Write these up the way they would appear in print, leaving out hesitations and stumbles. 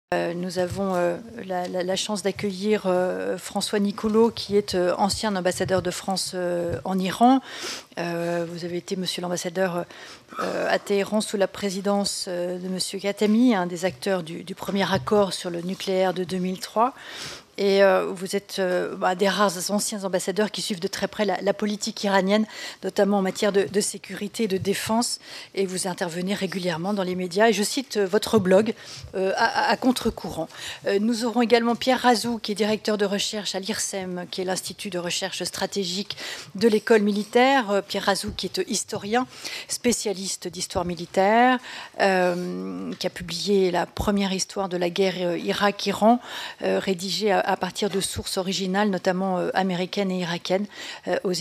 Nous avons la chance d'accueillir François Nicolo, qui est ancien ambassadeur de France en Iran. Vous avez été, monsieur l'ambassadeur, à Téhéran sous la présidence de monsieur Khatami, un des acteurs du premier accord sur le nucléaire de 2003. Et vous êtes des rares anciens ambassadeurs qui suivent de très près la politique iranienne, notamment en matière de sécurité et de défense. Et vous intervenez régulièrement dans les médias. Et je cite votre blog à contre-courant. Nous aurons également Pierre Razou, qui est directeur de recherche à l'IRSEM, qui est l'Institut de recherche stratégique de l'école militaire. Pierre Razou, qui est historien, spécialiste d'histoire militaire, qui a publié la première histoire de la guerre Irak-Iran, rédigée à partir de sources originales, notamment américaines et irakiennes, aux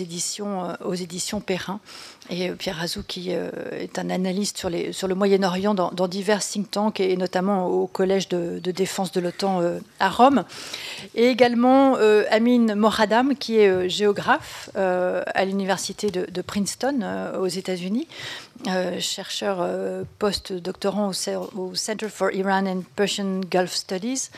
éditions Perrin. Et Pierre Razou, qui est un analyste sur le Moyen-Orient dans divers think tanks, et notamment au Collège de défense de l'OTAN à Rome. Et également Amin Moradam, qui est géographe à l'université de Princeton, aux États-Unis, chercheur post-doctorant au Center for Iran and Persian Gulf Studies.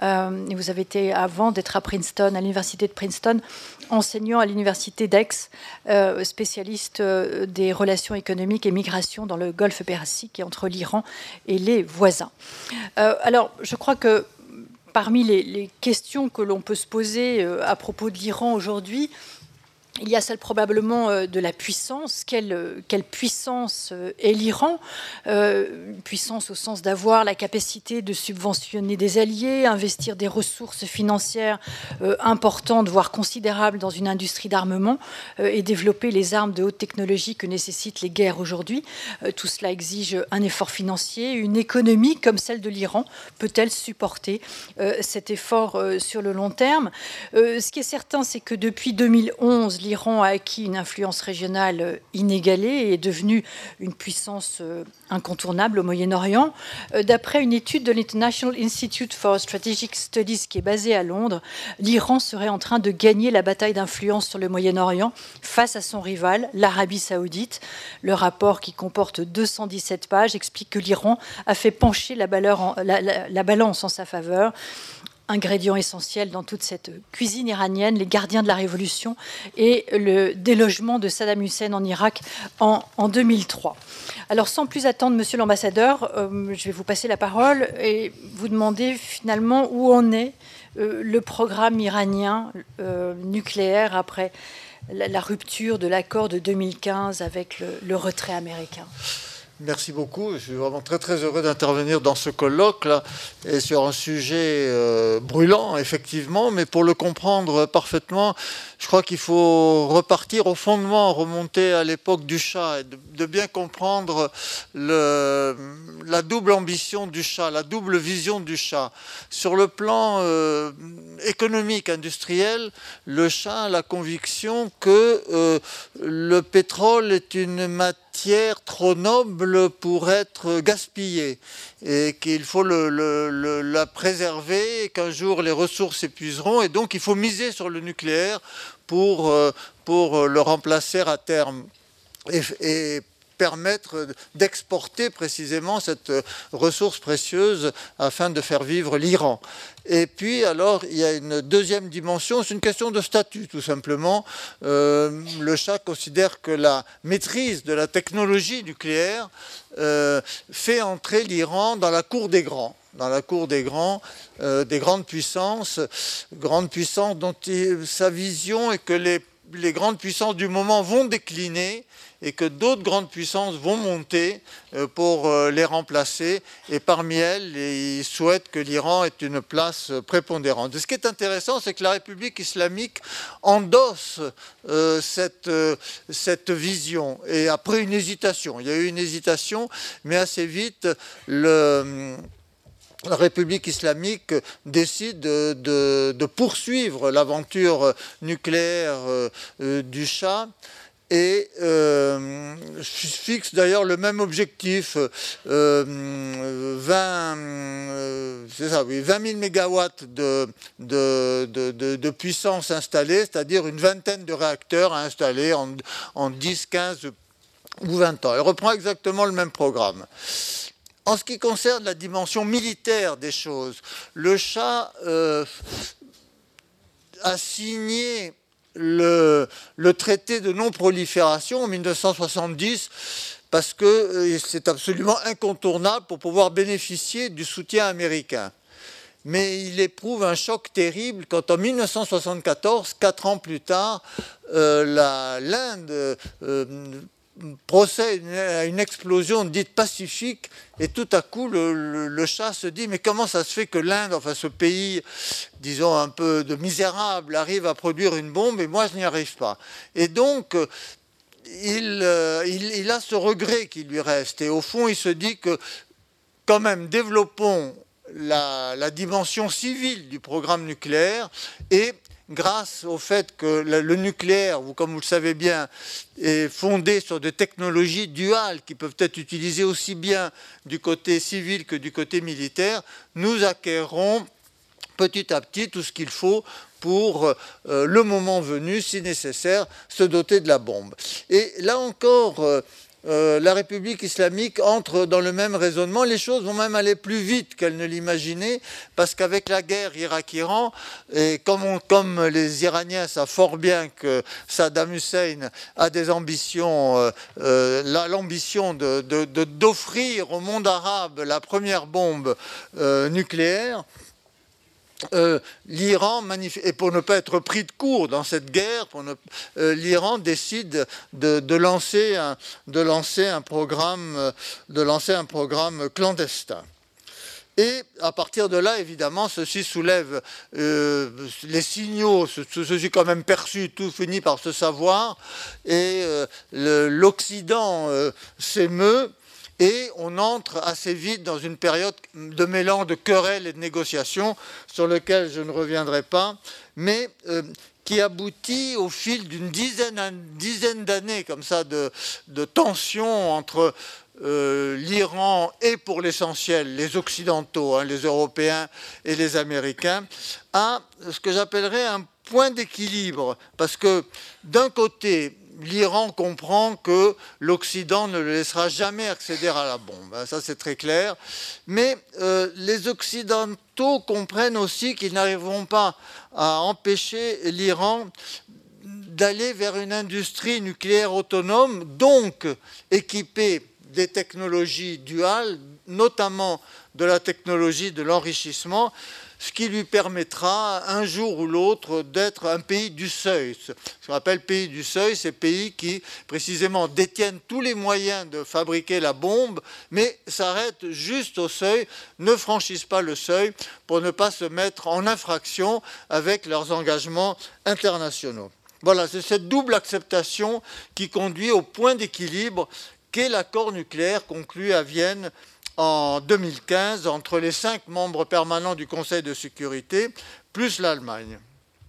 Et vous avez été, avant d'être à Princeton, à l'université de Princeton, enseignant à l'université d'Aix, spécialiste des relations économiques et migration dans le Golfe Persique et entre l'Iran et les voisins. Alors, je crois que parmi les questions que l'on peut se poser à propos de l'Iran aujourd'hui, il y a celle probablement de la puissance. Quelle puissance est l'Iran ? Puissance au sens d'avoir la capacité de subventionner des alliés, investir des ressources financières importantes, voire considérables, dans une industrie d'armement et développer les armes de haute technologie que nécessitent les guerres aujourd'hui. Tout cela exige un effort financier. Une économie comme celle de l'Iran peut-elle supporter cet effort sur le long terme ? Ce qui est certain, c'est que depuis 2011, l'Iran a acquis une influence régionale inégalée et est devenu une puissance incontournable au Moyen-Orient. D'après une étude de l'International Institute for Strategic Studies qui est basée à Londres, l'Iran serait en train de gagner la bataille d'influence sur le Moyen-Orient face à son rival, l'Arabie saoudite. Le rapport, qui comporte 217 pages, explique que l'Iran a fait pencher la balance en sa faveur. Ingrédient essentiel dans toute cette cuisine iranienne, les gardiens de la révolution et le délogement de Saddam Hussein en Irak en 2003. Alors, sans plus attendre, monsieur l'ambassadeur, je vais vous passer la parole et vous demander finalement où en est le programme iranien nucléaire après la rupture de l'accord de 2015 avec le retrait américain. Merci beaucoup. Je suis vraiment très très heureux d'intervenir dans ce colloque-là et sur un sujet brûlant, effectivement, mais pour le comprendre parfaitement, je crois qu'il faut repartir au fondement, remonter à l'époque du Shah et de bien comprendre la double ambition du Shah, la double vision du Shah. Sur le plan économique, industriel, le Shah a la conviction que le pétrole est une matière trop noble pour être gaspillée et qu'il faut la préserver et qu'un jour les ressources s'épuiseront et donc il faut miser sur le nucléaire pour le remplacer à terme et permettre d'exporter précisément cette ressource précieuse afin de faire vivre l'Iran. Et puis, alors, il y a une deuxième dimension, c'est une question de statut, tout simplement. Le Shah considère que la maîtrise de la technologie nucléaire fait entrer l'Iran dans la cour des grands. Dans la cour des grandes puissances dont sa vision est que les grandes puissances du moment vont décliner et que d'autres grandes puissances vont monter pour les remplacer. Et parmi elles, ils souhaitent que l'Iran ait une place prépondérante. Et ce qui est intéressant, c'est que la République islamique endosse cette vision. Et après une hésitation, il y a eu une hésitation, mais assez vite, la République islamique décide de poursuivre l'aventure nucléaire du Shah et fixe d'ailleurs le même objectif, 20 000 mégawatts de puissance installée, c'est-à-dire une vingtaine de réacteurs à installer en 10, 15 ou 20 ans. Elle reprend exactement le même programme. En ce qui concerne la dimension militaire des choses, le Shah a signé le traité de non-prolifération en 1970 parce que c'est absolument incontournable pour pouvoir bénéficier du soutien américain. Mais il éprouve un choc terrible quand en 1974, 4 ans plus tard, l'Inde procède à une explosion dite pacifique et tout à coup le Shah se dit mais comment ça se fait que l'Inde, enfin ce pays disons un peu de misérable, arrive à produire une bombe et moi je n'y arrive pas. Et donc il a ce regret qui lui reste et au fond il se dit que quand même développons la dimension civile du programme nucléaire et grâce au fait que le nucléaire, comme vous le savez bien, est fondé sur des technologies duales qui peuvent être utilisées aussi bien du côté civil que du côté militaire, nous acquérons petit à petit tout ce qu'il faut pour, le moment venu, si nécessaire, se doter de la bombe. Et là encore, la République islamique entre dans le même raisonnement. Les choses vont même aller plus vite qu'elle ne l'imaginait, parce qu'avec la guerre Irak-Iran, et comme les Iraniens savent fort bien que Saddam Hussein a des ambitions, l'ambition d'offrir au monde arabe la première bombe nucléaire, l'Iran, et pour ne pas être pris de court dans cette guerre, l'Iran décide de lancer un programme clandestin. Et à partir de là, évidemment, ceci soulève les signaux, ceci quand même perçu, tout finit par se savoir, et l'Occident s'émeut. Et on entre assez vite dans une période de mélange de querelles et de négociations sur lequel je ne reviendrai pas, mais qui aboutit au fil d'une dizaine d'années comme ça de tensions entre l'Iran et pour l'essentiel les Occidentaux, les Européens et les Américains, à ce que j'appellerais un point d'équilibre. Parce que d'un côté, l'Iran comprend que l'Occident ne le laissera jamais accéder à la bombe. Ça, c'est très clair. Mais les Occidentaux comprennent aussi qu'ils n'arriveront pas à empêcher l'Iran d'aller vers une industrie nucléaire autonome, donc équipée des technologies duales, notamment de la technologie de l'enrichissement, ce qui lui permettra un jour ou l'autre d'être un pays du seuil. Ce qu'on appelle pays du seuil, c'est pays qui précisément détiennent tous les moyens de fabriquer la bombe, mais s'arrêtent juste au seuil, ne franchissent pas le seuil pour ne pas se mettre en infraction avec leurs engagements internationaux. Voilà, c'est cette double acceptation qui conduit au point d'équilibre qu'est l'accord nucléaire conclu à Vienne en 2015 entre les 5 membres permanents du Conseil de sécurité plus l'Allemagne.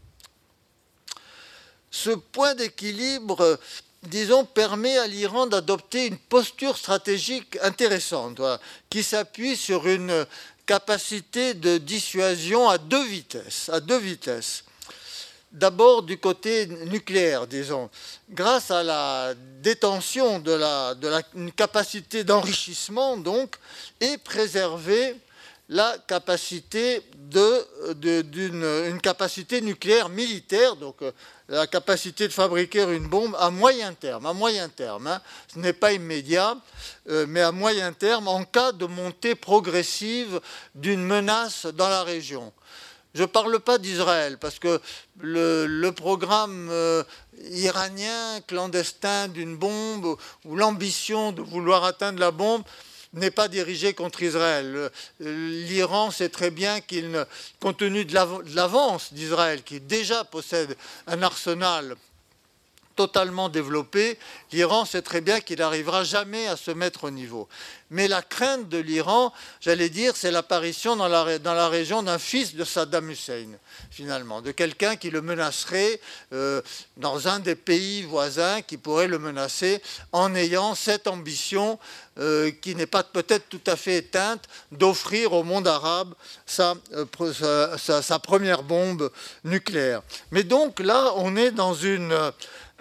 Ce point d'équilibre, disons, permet à l'Iran d'adopter une posture stratégique intéressante, qui s'appuie sur une capacité de dissuasion à deux vitesses. D'abord du côté nucléaire, disons, grâce à la détention une capacité d'enrichissement, donc, et préserver la capacité d'une capacité nucléaire militaire, donc la capacité de fabriquer une bombe à moyen terme, ce n'est pas immédiat, mais à moyen terme, en cas de montée progressive d'une menace dans la région. Je ne parle pas d'Israël, parce que le programme iranien clandestin d'une bombe, ou l'ambition de vouloir atteindre la bombe, n'est pas dirigé contre Israël. L'Iran sait très bien compte tenu de l'avance d'Israël, qui déjà possède un arsenal totalement développé, l'Iran sait très bien qu'il n'arrivera jamais à se mettre au niveau. Mais la crainte de l'Iran, j'allais dire, c'est l'apparition dans la région d'un fils de Saddam Hussein, finalement, de quelqu'un qui le menacerait dans un des pays voisins, qui pourrait le menacer en ayant cette ambition qui n'est pas peut-être tout à fait éteinte, d'offrir au monde arabe sa première bombe nucléaire. Mais donc là, on est dans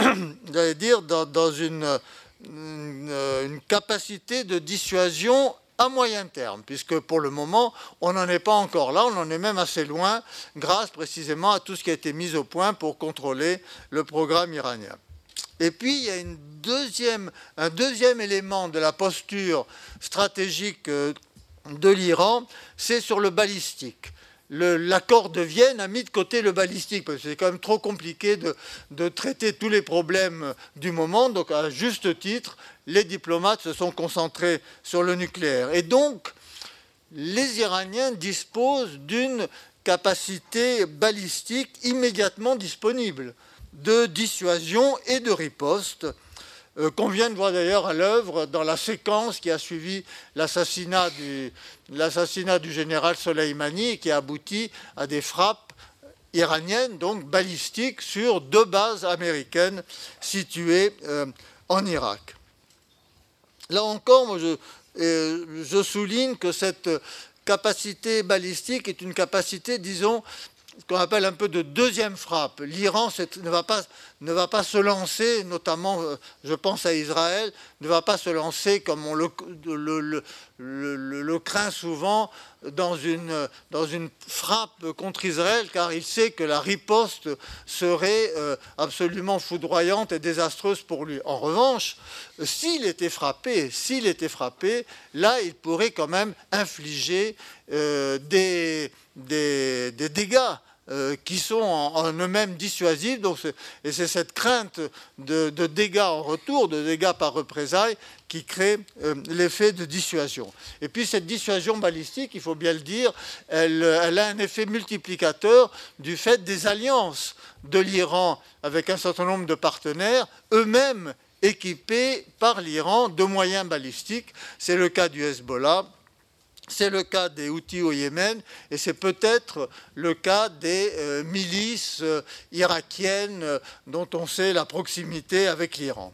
j'allais dire, dans une capacité de dissuasion à moyen terme, puisque pour le moment, on n'en est pas encore là, on en est même assez loin, grâce précisément à tout ce qui a été mis au point pour contrôler le programme iranien. Et puis, il y a un deuxième élément de la posture stratégique de l'Iran, c'est sur le balistique. L'accord de Vienne a mis de côté le balistique, parce que c'est quand même trop compliqué de traiter tous les problèmes du moment. Donc, à juste titre, les diplomates se sont concentrés sur le nucléaire. Et donc, les Iraniens disposent d'une capacité balistique immédiatement disponible, de dissuasion et de riposte, qu'on vient de voir d'ailleurs à l'œuvre dans la séquence qui a suivi l'assassinat du général Soleimani et qui a abouti à des frappes iraniennes, donc balistiques, sur 2 bases américaines situées en Irak. Là encore, moi, je souligne que cette capacité balistique est une capacité, disons, ce qu'on appelle un peu de deuxième frappe. L'Iran ne va pas se lancer, notamment, je pense à Israël, ne va pas se lancer, comme on le craint souvent, dans une frappe contre Israël, car il sait que la riposte serait absolument foudroyante et désastreuse pour lui. En revanche, s'il était frappé, là, il pourrait quand même infliger des dégâts qui sont en eux-mêmes dissuasifs. Donc, et c'est cette crainte de dégâts en retour, de dégâts par représailles, qui crée l'effet de dissuasion. Et puis cette dissuasion balistique, il faut bien le dire, elle a un effet multiplicateur du fait des alliances de l'Iran avec un certain nombre de partenaires, eux-mêmes équipés par l'Iran de moyens balistiques. C'est le cas du Hezbollah. C'est le cas des Houthis au Yémen et c'est peut-être le cas des milices irakiennes dont on sait la proximité avec l'Iran.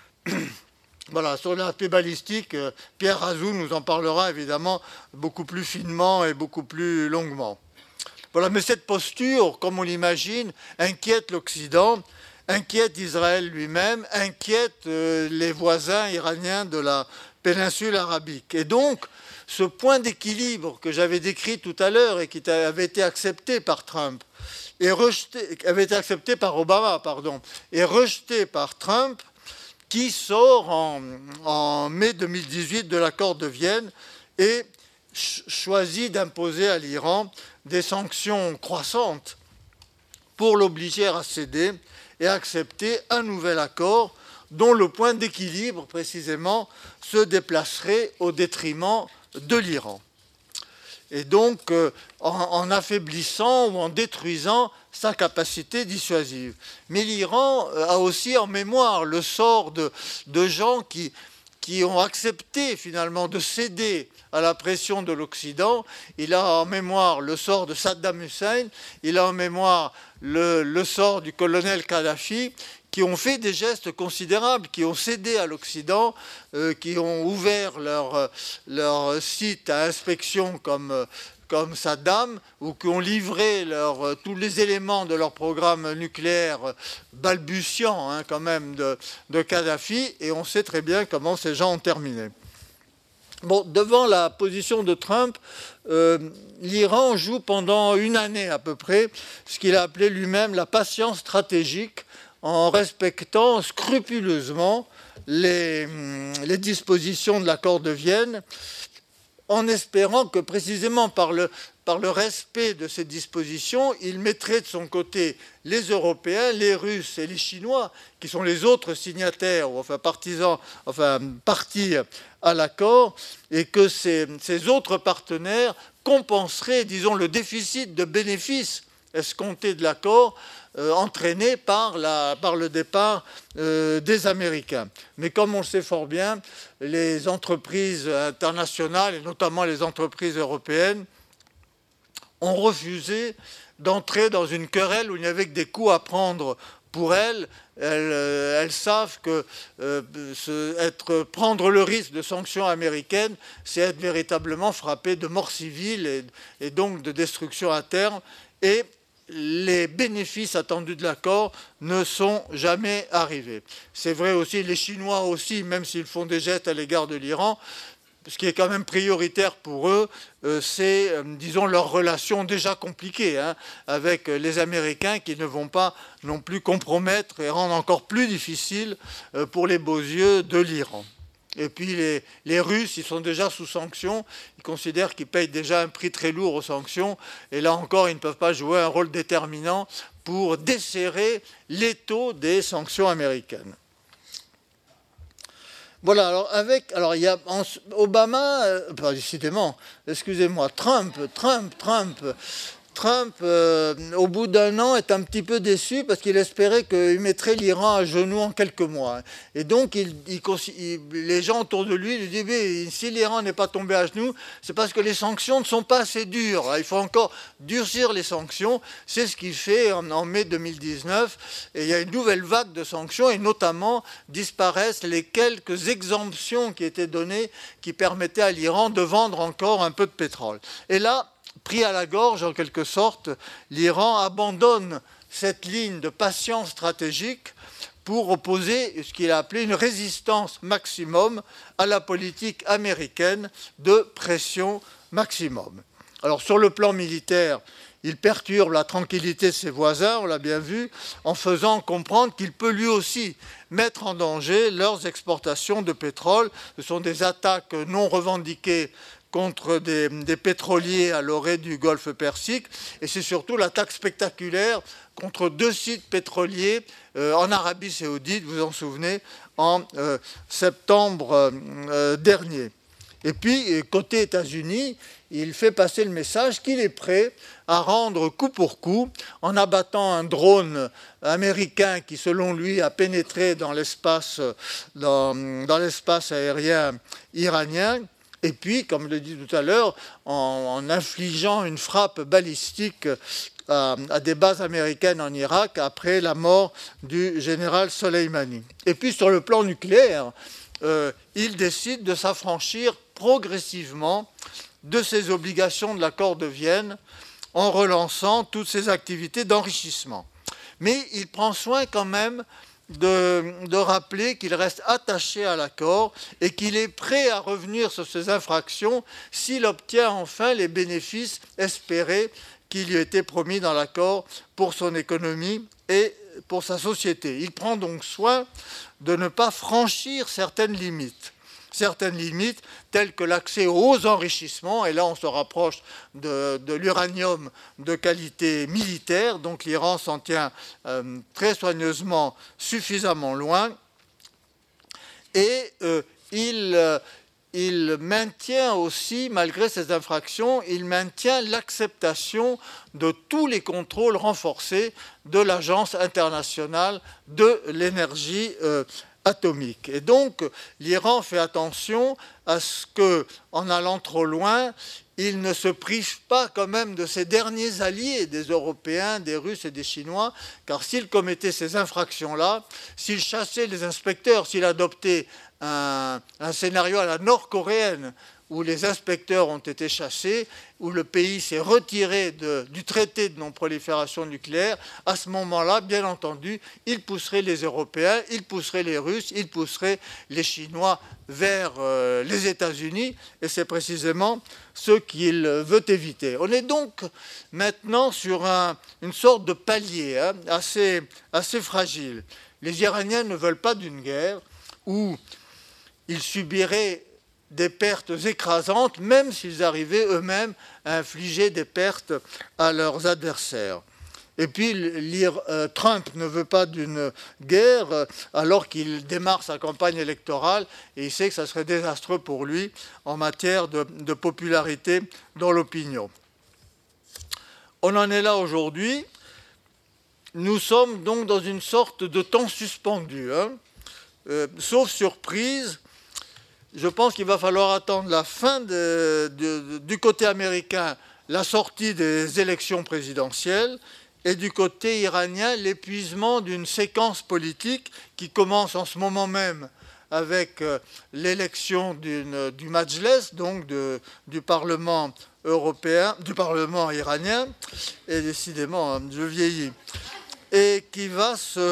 Voilà, sur l'aspect balistique, Pierre Razou nous en parlera évidemment beaucoup plus finement et beaucoup plus longuement. Voilà, mais cette posture, comme on l'imagine, inquiète l'Occident, inquiète Israël lui-même, inquiète les voisins iraniens de la péninsule arabique. Et donc, ce point d'équilibre que j'avais décrit tout à l'heure et qui avait été accepté par Trump, avait été accepté par Obama, pardon, et rejeté par Trump, qui sort en mai 2018 de l'accord de Vienne et choisit d'imposer à l'Iran des sanctions croissantes pour l'obliger à céder et accepter un nouvel accord dont le point d'équilibre, précisément, se déplacerait au détriment de l'Iran. Et donc, en affaiblissant ou en détruisant sa capacité dissuasive. Mais l'Iran a aussi en mémoire le sort de gens qui ont accepté finalement de céder à la pression de l'Occident. Il a en mémoire le sort de Saddam Hussein, il a en mémoire le sort du colonel Kadhafi, qui ont fait des gestes considérables, qui ont cédé à l'Occident, qui ont ouvert leur site à inspection comme Saddam, ou qui ont livré tous les éléments de leur programme nucléaire balbutiant quand même de Kadhafi, et on sait très bien comment ces gens ont terminé. Bon, devant la position de Trump, l'Iran joue pendant une année à peu près ce qu'il a appelé lui-même la patience stratégique, en respectant scrupuleusement les dispositions de l'accord de Vienne, en espérant que précisément par le respect de ces dispositions, il mettrait de son côté les Européens, les Russes et les Chinois, qui sont les autres signataires, ou partis à l'accord, et que ces autres partenaires compenseraient, disons, le déficit de bénéfices escompté de l'accord, entraîné par le départ des Américains. Mais comme on le sait fort bien, les entreprises internationales, et notamment les entreprises européennes, ont refusé d'entrer dans une querelle où il n'y avait que des coups à prendre pour elles. Elles savent que prendre le risque de sanctions américaines, c'est être véritablement frappé de mort civile et donc de destruction à terme. Et les bénéfices attendus de l'accord ne sont jamais arrivés. C'est vrai aussi, les Chinois aussi, même s'ils font des gestes à l'égard de l'Iran, ce qui est quand même prioritaire pour eux, c'est, disons, leurs relations déjà compliquées avec les Américains qui ne vont pas non plus compromettre et rendre encore plus difficile pour les beaux yeux de l'Iran. Et puis les Russes, ils sont déjà sous sanctions, ils considèrent qu'ils payent déjà un prix très lourd aux sanctions, et là encore, ils ne peuvent pas jouer un rôle déterminant pour desserrer l'étau des sanctions américaines. Voilà, alors il y a Obama, décidément, excusez-moi, Trump, au bout d'un an, est un petit peu déçu parce qu'il espérait qu'il mettrait l'Iran à genoux en quelques mois. Et donc, les gens autour de lui lui disent, mais si l'Iran n'est pas tombé à genoux, c'est parce que les sanctions ne sont pas assez dures. Il faut encore durcir les sanctions. C'est ce qu'il fait en mai 2019. Et il y a une nouvelle vague de sanctions, et notamment disparaissent les quelques exemptions qui étaient données, qui permettaient à l'Iran de vendre encore un peu de pétrole. Et là, pris à la gorge, en quelque sorte, l'Iran abandonne cette ligne de patience stratégique pour opposer ce qu'il a appelé une résistance maximum à la politique américaine de pression maximum. Alors, sur le plan militaire, il perturbe la tranquillité de ses voisins, on l'a bien vu, en faisant comprendre qu'il peut lui aussi mettre en danger leurs exportations de pétrole. Ce sont des attaques non revendiquées contre des pétroliers à l'orée du golfe Persique, et c'est surtout l'attaque spectaculaire contre 2 sites pétroliers en Arabie Saoudite, vous vous en souvenez, en septembre dernier. Et puis, côté États-Unis, il fait passer le message qu'il est prêt à rendre coup pour coup en abattant un drone américain qui, selon lui, a pénétré dans l'espace aérien iranien. Et puis, comme je l'ai dit tout à l'heure, en infligeant une frappe balistique à des bases américaines en Irak après la mort du général Soleimani. Et puis, sur le plan nucléaire, il décide de s'affranchir progressivement de ses obligations de l'accord de Vienne en relançant toutes ses activités d'enrichissement. Mais il prend soin quand même de rappeler qu'il reste attaché à l'accord et qu'il est prêt à revenir sur ses infractions s'il obtient enfin les bénéfices espérés qui lui étaient promis dans l'accord pour son économie et pour sa société. Il prend donc soin de ne pas franchir certaines limites telles que l'accès aux enrichissements, et là on se rapproche de l'uranium de qualité militaire, donc l'Iran s'en tient très soigneusement suffisamment loin, et il maintient aussi, malgré ces infractions, il maintient l'acceptation de tous les contrôles renforcés de l'Agence internationale de l'énergie atomique. Et donc, l'Iran fait attention à ce que, en allant trop loin, il ne se prive pas quand même de ses derniers alliés, des Européens, des Russes et des Chinois, car s'il commettait ces infractions-là, s'il chassait les inspecteurs, s'il adoptait un scénario à la nord-coréenne, où les inspecteurs ont été chassés, où le pays s'est retiré du traité de non-prolifération nucléaire, à ce moment-là, bien entendu, il pousserait les Européens, il pousserait les Russes, il pousserait les Chinois vers les États-Unis, et c'est précisément ce qu'il veut éviter. On est donc maintenant sur une sorte de palier assez fragile. Les Iraniens ne veulent pas d'une guerre où ils subiraient des pertes écrasantes, même s'ils arrivaient eux-mêmes à infliger des pertes à leurs adversaires. Et puis, Trump ne veut pas d'une guerre alors qu'il démarre sa campagne électorale et il sait que ça serait désastreux pour lui en matière de popularité dans l'opinion. On en est là aujourd'hui. Nous sommes donc dans une sorte de temps suspendu. Sauf surprise, je pense qu'il va falloir attendre la fin du côté américain, la sortie des élections présidentielles, et du côté iranien, l'épuisement d'une séquence politique qui commence en ce moment même avec l'élection du Majlis, donc du Parlement européen, du Parlement iranien, et décidément, je vieillis, et qui va se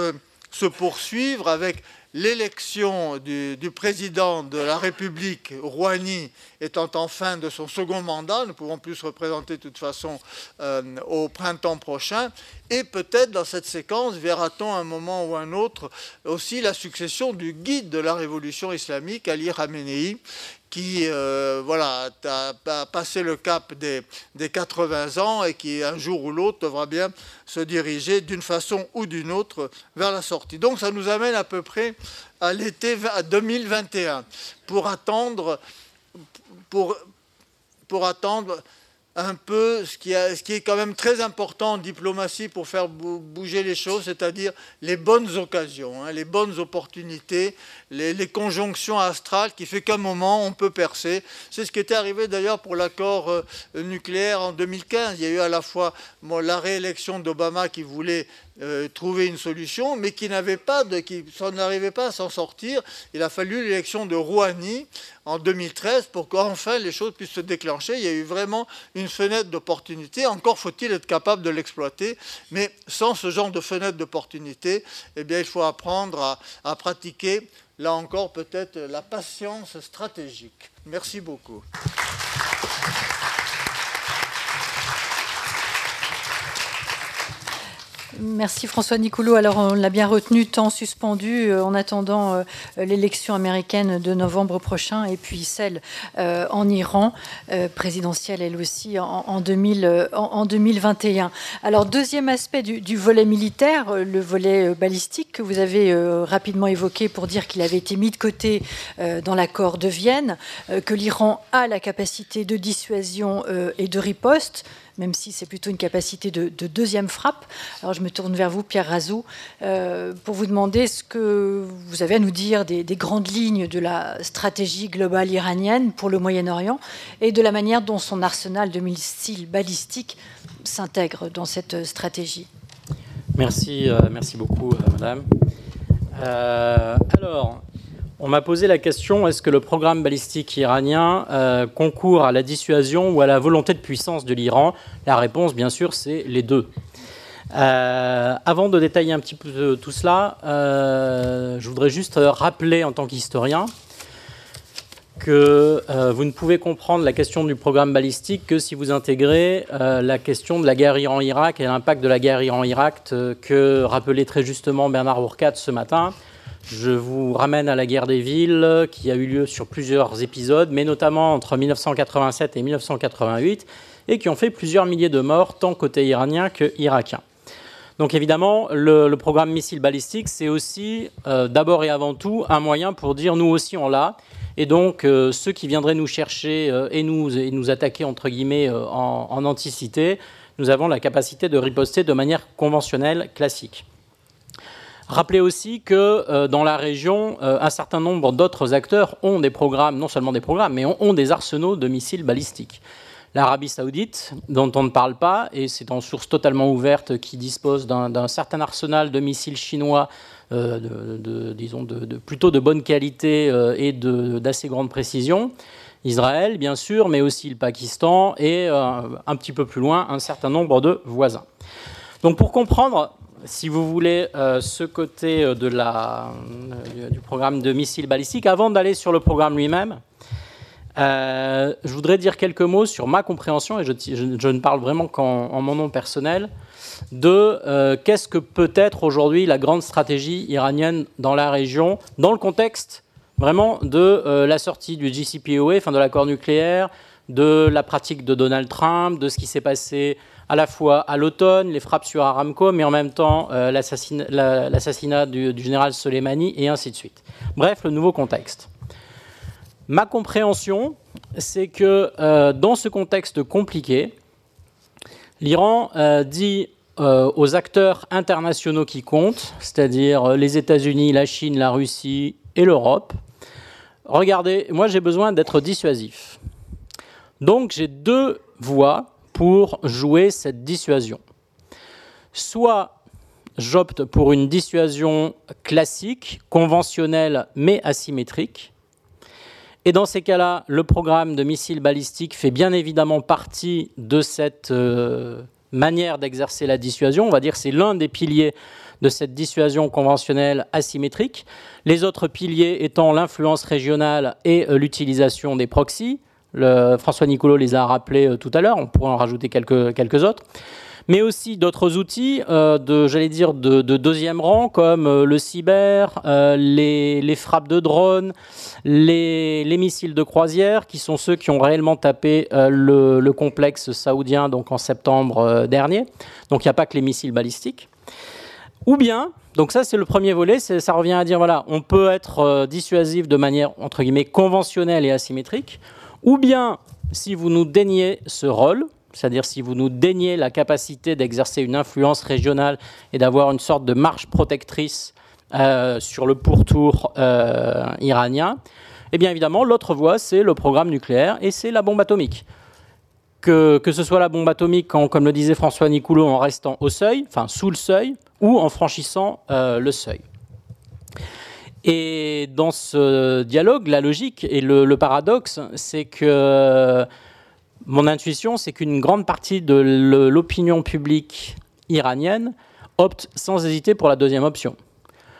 se poursuivre avec l'élection du président de la République, Rouhani, étant en fin de son second mandat, ne pouvons plus se représenter de toute façon au printemps prochain, et peut-être dans cette séquence verra-t-on un moment ou un autre aussi la succession du guide de la révolution islamique, Ali Khamenei, qui voilà, a passé le cap des 80 ans et qui, un jour ou l'autre, devra bien se diriger d'une façon ou d'une autre vers la sortie. Donc ça nous amène à peu près à l'été 2021 pour attendre un peu ce qui est quand même très important en diplomatie pour faire bouger les choses, c'est-à-dire les bonnes occasions, les bonnes opportunités, les conjonctions astrales qui fait qu'à un moment on peut percer. C'est ce qui était arrivé d'ailleurs pour l'accord nucléaire en 2015. Il y a eu à la fois la réélection d'Obama qui voulait trouver une solution, mais qui n'arrivait pas à s'en sortir. Il a fallu l'élection de Rouhani en 2013 pour qu'enfin les choses puissent se déclencher. Il y a eu vraiment une fenêtre d'opportunité. Encore faut-il être capable de l'exploiter. Mais sans ce genre de fenêtre d'opportunité, eh bien, il faut apprendre à pratiquer, là encore, peut-être la patience stratégique. Merci beaucoup. Merci François Nicoulot. Alors on l'a bien retenu, temps suspendu en attendant l'élection américaine de novembre prochain et puis celle en Iran, présidentielle elle aussi en 2021. Alors deuxième aspect du volet militaire, le volet balistique que vous avez rapidement évoqué pour dire qu'il avait été mis de côté dans l'accord de Vienne, que l'Iran a la capacité de dissuasion et de riposte, même si c'est plutôt une capacité de deuxième frappe. Alors je me tourne vers vous, Pierre Razou, pour vous demander ce que vous avez à nous dire des grandes lignes de la stratégie globale iranienne pour le Moyen-Orient et de la manière dont son arsenal de missiles balistiques s'intègre dans cette stratégie. Merci beaucoup, madame. Alors, on m'a posé la question, est-ce que le programme balistique iranien concourt à la dissuasion ou à la volonté de puissance de l'Iran? La réponse, bien sûr, c'est les deux. Avant de détailler un petit peu tout cela, je voudrais juste rappeler en tant qu'historien que vous ne pouvez comprendre la question du programme balistique que si vous intégrez la question de la guerre Iran-Irak et l'impact de la guerre Iran-Irak que rappelait très justement Bernard Hourcade ce matin. Je vous ramène à la guerre des villes qui a eu lieu sur plusieurs épisodes, mais notamment entre 1987 et 1988, et qui ont fait plusieurs milliers de morts, tant côté iranien que irakien. Donc évidemment, le programme missile balistique, c'est aussi d'abord et avant tout un moyen pour dire nous aussi on l'a, et donc ceux qui viendraient nous chercher et nous attaquer entre guillemets en anticité, nous avons la capacité de riposter de manière conventionnelle, classique. Rappelez aussi que dans la région, un certain nombre d'autres acteurs ont des programmes, non seulement des programmes, mais ont des arsenaux de missiles balistiques. L'Arabie Saoudite, dont on ne parle pas, et c'est en source totalement ouverte, qui dispose d'un certain arsenal de missiles chinois, plutôt de bonne qualité et d'assez grande précision. Israël, bien sûr, mais aussi le Pakistan et un petit peu plus loin, un certain nombre de voisins. Donc pour comprendre, si vous voulez, ce côté du programme de missiles balistiques, avant d'aller sur le programme lui-même, je voudrais dire quelques mots sur ma compréhension, et je ne parle vraiment qu'en mon nom personnel, de qu'est-ce que peut être aujourd'hui la grande stratégie iranienne dans la région, dans le contexte vraiment de la sortie du JCPOA, enfin de l'accord nucléaire, de la pratique de Donald Trump, de ce qui s'est passé à la fois à l'automne, les frappes sur Aramco, mais en même temps l'assassinat du général Soleimani, et ainsi de suite. Bref, le nouveau contexte. Ma compréhension, c'est que dans ce contexte compliqué, l'Iran dit aux acteurs internationaux qui comptent, c'est-à-dire les États-Unis, la Chine, la Russie et l'Europe, regardez, moi j'ai besoin d'être dissuasif. Donc j'ai deux voies pour jouer cette dissuasion. Soit j'opte pour une dissuasion classique, conventionnelle, mais asymétrique. Et dans ces cas-là, le programme de missiles balistiques fait bien évidemment partie de cette manière d'exercer la dissuasion. On va dire que c'est l'un des piliers de cette dissuasion conventionnelle asymétrique. Les autres piliers étant l'influence régionale et l'utilisation des proxys. François Nicoulot les a rappelés tout à l'heure, on pourrait en rajouter quelques autres. Mais aussi d'autres outils de deuxième rang, comme le cyber, les frappes de drones, les missiles de croisière, qui sont ceux qui ont réellement tapé le complexe saoudien donc en septembre dernier. Donc il n'y a pas que les missiles balistiques. Ou bien, donc ça c'est le premier volet, ça revient à dire, voilà, on peut être dissuasif de manière, entre guillemets, conventionnelle et asymétrique, ou bien, si vous nous déniez ce rôle, c'est-à-dire si vous nous déniez la capacité d'exercer une influence régionale et d'avoir une sorte de marche protectrice sur le pourtour iranien, eh bien évidemment, l'autre voie, c'est le programme nucléaire et c'est la bombe atomique. Que ce soit la bombe atomique, comme le disait François Nicoulot, en restant au seuil, enfin sous le seuil, ou en franchissant le seuil. Et dans ce dialogue, la logique et le paradoxe, c'est que mon intuition, c'est qu'une grande partie de l'opinion publique iranienne opte sans hésiter pour la deuxième option. Pourquoi ?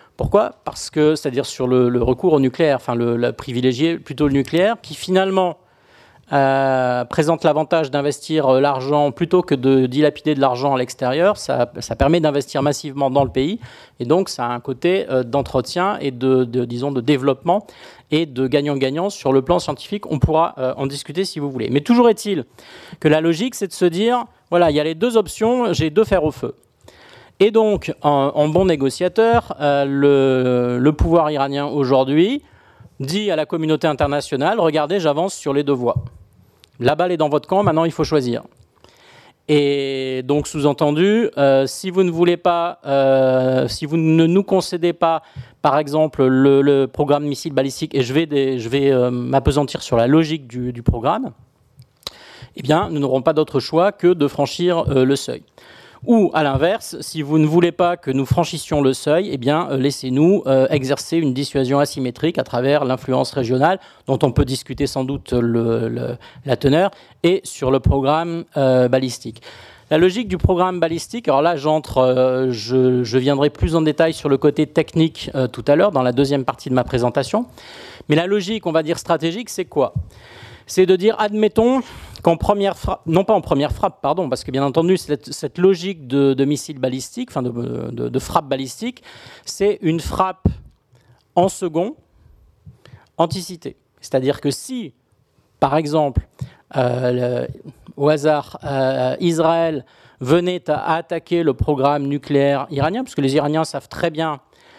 Parce que, c'est-à-dire sur le recours au nucléaire, enfin le privilégier plutôt le nucléaire, qui finalement présente l'avantage d'investir l'argent plutôt que de dilapider de l'argent à l'extérieur. Ça permet d'investir massivement dans le pays et donc ça a un côté d'entretien et de développement et de gagnant-gagnant sur le plan scientifique. On pourra en discuter si vous voulez. Mais toujours est-il que la logique, c'est de se dire, voilà, il y a les deux options, j'ai deux fers au feu. Et donc, en bon négociateur, le pouvoir iranien aujourd'hui dit à la communauté internationale, regardez, j'avance sur les deux voies. La balle est dans votre camp, maintenant il faut choisir. Et donc, sous-entendu, si vous ne voulez pas, si vous ne nous concédez pas, par exemple, le programme missile balistique, et je vais m'appesantir sur la logique du programme, eh bien, nous n'aurons pas d'autre choix que de franchir le seuil. Ou, à l'inverse, si vous ne voulez pas que nous franchissions le seuil, eh bien, laissez-nous exercer une dissuasion asymétrique à travers l'influence régionale, dont on peut discuter sans doute la teneur, et sur le programme balistique. La logique du programme balistique, alors là, je viendrai plus en détail sur le côté technique tout à l'heure, dans la deuxième partie de ma présentation. Mais la logique, on va dire stratégique, c'est quoi ? C'est de dire, admettons qu'en première frappe, non pas en première frappe, pardon, parce que bien entendu, cette logique de missiles balistiques, enfin de frappe balistique, c'est une frappe en second anticipée. C'est-à-dire que si, par exemple, au hasard, Israël venait à attaquer le programme nucléaire iranien, parce que les Iraniens savent très bien,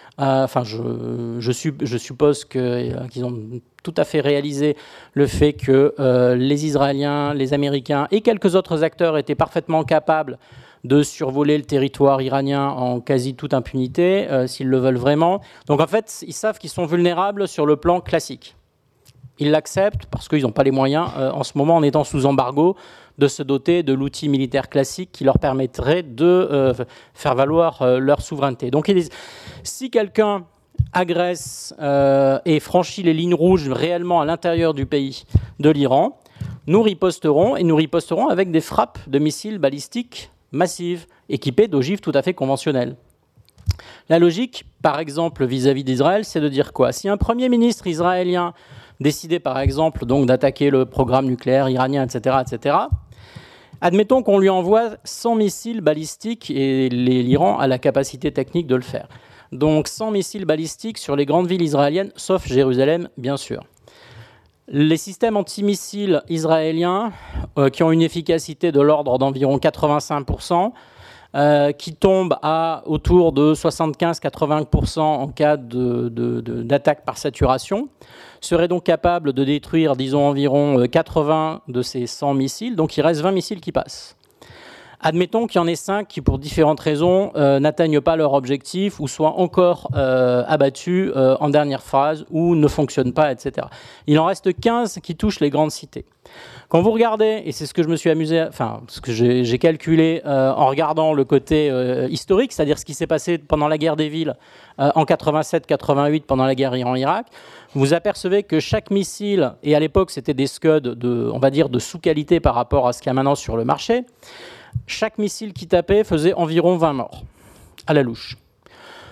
je suppose qu'ils ont tout à fait réalisé le fait que les Israéliens, les Américains et quelques autres acteurs étaient parfaitement capables de survoler le territoire iranien en quasi toute impunité, s'ils le veulent vraiment. Donc en fait, ils savent qu'ils sont vulnérables sur le plan classique. Ils l'acceptent parce qu'ils n'ont pas les moyens, en ce moment, en étant sous embargo, de se doter de l'outil militaire classique qui leur permettrait de faire valoir leur souveraineté. Donc si quelqu'un agresse et franchit les lignes rouges réellement à l'intérieur du pays de l'Iran, nous riposterons avec des frappes de missiles balistiques massives, équipées d'ogives tout à fait conventionnelles. La logique, par exemple, vis-à-vis d'Israël, c'est de dire quoi ? Si un Premier ministre israélien décidait, par exemple, donc d'attaquer le programme nucléaire iranien, etc., admettons qu'on lui envoie 100 missiles balistiques et l'Iran a la capacité technique de le faire. Donc 100 missiles balistiques sur les grandes villes israéliennes, sauf Jérusalem, bien sûr. Les systèmes antimissiles israéliens, qui ont une efficacité de l'ordre d'environ 85%, qui tombent à autour de 75-80% en cas d'attaque par saturation, seraient donc capables de détruire, disons, environ 80 de ces 100 missiles, donc il reste 20 missiles qui passent. Admettons qu'il y en ait 5 qui, pour différentes raisons, n'atteignent pas leur objectif ou soient encore abattus en dernière phase ou ne fonctionnent pas, etc. Il en reste 15 qui touchent les grandes cités. Quand vous regardez, et c'est ce que je me suis amusé, ce que j'ai calculé en regardant le côté historique, c'est-à-dire ce qui s'est passé pendant la guerre des villes en 87-88, pendant la guerre Iran-Irak, vous apercevez que chaque missile, et à l'époque c'était des Scud de sous-qualité par rapport à ce qu'il y a maintenant sur le marché, chaque missile qui tapait faisait environ 20 morts, à la louche.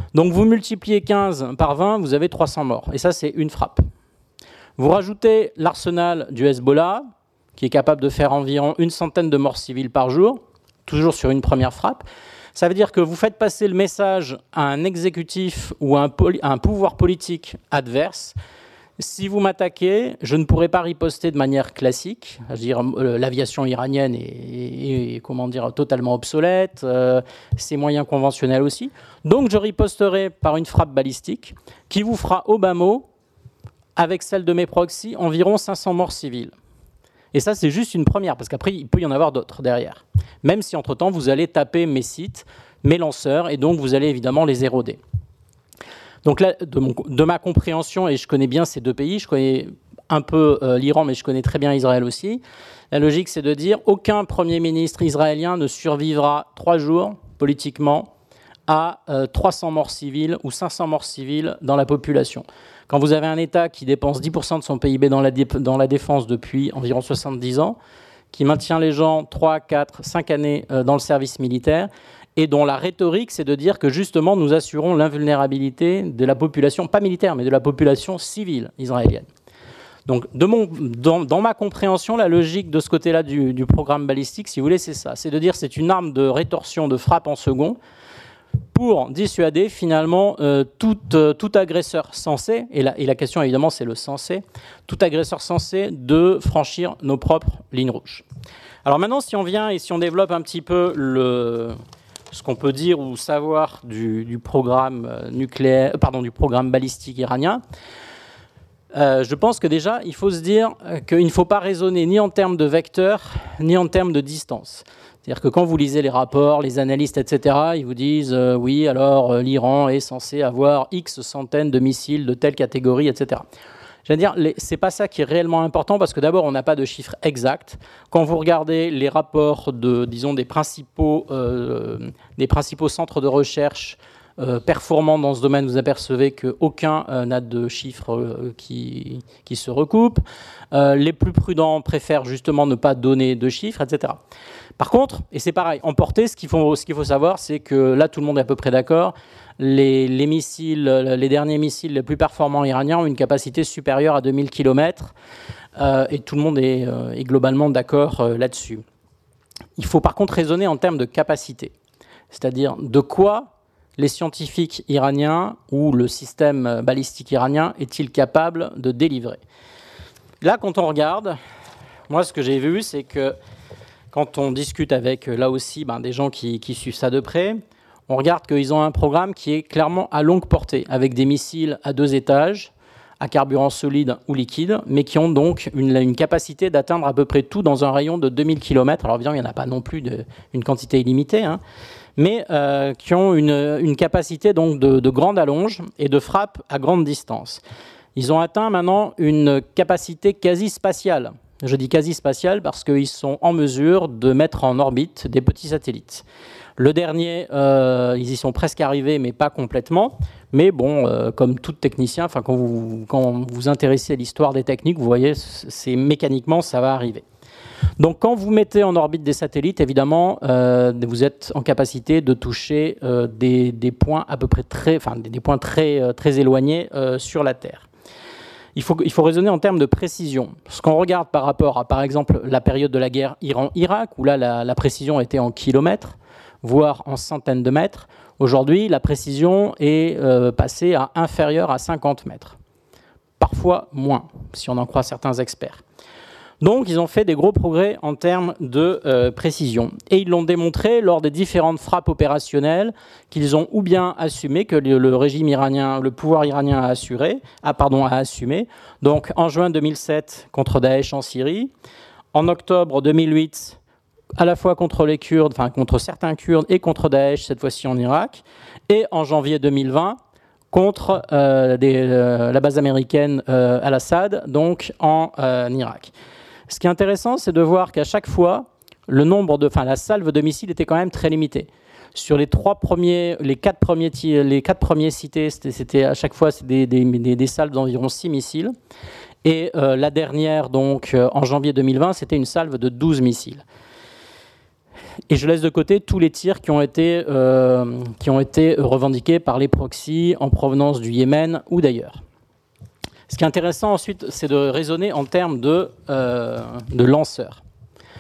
Donc vous multipliez 15 par 20, vous avez 300 morts. Et ça, c'est une frappe. Vous rajoutez l'arsenal du Hezbollah, qui est capable de faire environ une centaine de morts civiles par jour, toujours sur une première frappe. Ça veut dire que vous faites passer le message à un exécutif ou à un pouvoir politique adverse. Si vous m'attaquez, je ne pourrai pas riposter de manière classique. Je veux dire, l'aviation iranienne est comment dire, totalement obsolète, ses moyens conventionnels aussi. Donc je riposterai par une frappe balistique qui vous fera au bas mot, avec celle de mes proxys, environ 500 morts civiles. Et ça, c'est juste une première, parce qu'après, il peut y en avoir d'autres derrière. Même si, entre-temps, vous allez taper mes sites, mes lanceurs, et donc vous allez évidemment les éroder. Donc là, de ma compréhension, et je connais bien ces deux pays, je connais un peu l'Iran, mais je connais très bien Israël aussi, la logique, c'est de dire aucun Premier ministre israélien ne survivra 3 jours, politiquement, à 300 morts civiles ou 500 morts civiles dans la population. Quand vous avez un État qui dépense 10% de son PIB dans la défense depuis environ 70 ans, qui maintient les gens 3, 4, 5 années dans le service militaire, et dont la rhétorique, c'est de dire que justement, nous assurons l'invulnérabilité de la population, pas militaire, mais de la population civile israélienne. Donc, dans ma compréhension, la logique de ce côté-là du programme balistique, si vous voulez, c'est ça. C'est de dire que c'est une arme de rétorsion, de frappe en second, pour dissuader finalement tout agresseur censé, et la question évidemment c'est le censé, tout agresseur censé de franchir nos propres lignes rouges. Alors maintenant, si on vient et si on développe un petit peu ce qu'on peut dire ou savoir du programme du programme balistique iranien, je pense que déjà, il faut se dire qu'il ne faut pas raisonner ni en termes de vecteurs, ni en termes de distance. C'est-à-dire que quand vous lisez les rapports, les analystes, etc., ils vous disent oui, alors l'Iran est censé avoir X centaines de missiles de telle catégorie, etc. Je veux dire, c'est pas ça qui est réellement important parce que d'abord, on n'a pas de chiffres exacts. Quand vous regardez les rapports des principaux centres de recherche performants dans ce domaine, vous apercevez qu'aucun n'a de chiffres qui se recoupent. Les plus prudents préfèrent justement ne pas donner de chiffres, etc. Par contre, et c'est pareil, en portée, ce qu'il faut savoir, c'est que là, tout le monde est à peu près d'accord, les derniers missiles les plus performants iraniens ont une capacité supérieure à 2000 km, et tout le monde est globalement d'accord là-dessus. Il faut par contre raisonner en termes de capacité, c'est-à-dire de quoi les scientifiques iraniens ou le système balistique iranien est-il capable de délivrer. Là, quand on regarde, moi, ce que j'ai vu, c'est que quand on discute avec, là aussi, des gens qui suivent ça de près, on regarde qu'ils ont un programme qui est clairement à longue portée, avec des missiles à 2 étages, à carburant solide ou liquide, mais qui ont donc une capacité d'atteindre à peu près tout dans un rayon de 2000 km. Alors évidemment, il n'y en a pas non plus une quantité illimitée, hein, mais qui ont une capacité donc de grande allonge et de frappe à grande distance. Ils ont atteint maintenant une capacité quasi spatiale. Je dis quasi spatiale parce qu'ils sont en mesure de mettre en orbite des petits satellites. Le dernier, ils y sont presque arrivés, mais pas complètement. Mais bon, comme tout technicien, quand vous vous intéressez à l'histoire des techniques, vous voyez, mécaniquement, ça va arriver. Donc, quand vous mettez en orbite des satellites, évidemment, vous êtes en capacité de toucher des points à peu près des points très éloignés sur la Terre. Il faut raisonner en termes de précision. Ce qu'on regarde par rapport à, par exemple, la période de la guerre Iran-Irak, où là, la précision était en kilomètres, voire en centaines de mètres. Aujourd'hui, la précision est passée à inférieure à 50 mètres. Parfois moins, si on en croit certains experts. Donc, ils ont fait des gros progrès en termes de précision. Et ils l'ont démontré lors des différentes frappes opérationnelles qu'ils ont ou bien assumé, que le régime iranien, le pouvoir iranien a assumé. Donc, en juin 2007, contre Daesh en Syrie. En octobre 2008, à la fois contre les Kurdes, contre certains Kurdes et contre Daesh, cette fois-ci en Irak. Et en janvier 2020, contre la base américaine Al-Assad, donc en Irak. Ce qui est intéressant, c'est de voir qu'à chaque fois, la salve de missiles était quand même très limitée. Sur les 4 premiers cités, c'était à chaque fois des salves d'environ 6 missiles. Et la dernière, donc en janvier 2020, c'était une salve de 12 missiles. Et je laisse de côté tous les tirs qui ont été revendiqués par les proxys en provenance du Yémen ou d'ailleurs. Ce qui est intéressant ensuite, c'est de raisonner en termes de lanceurs. Pourquoi ?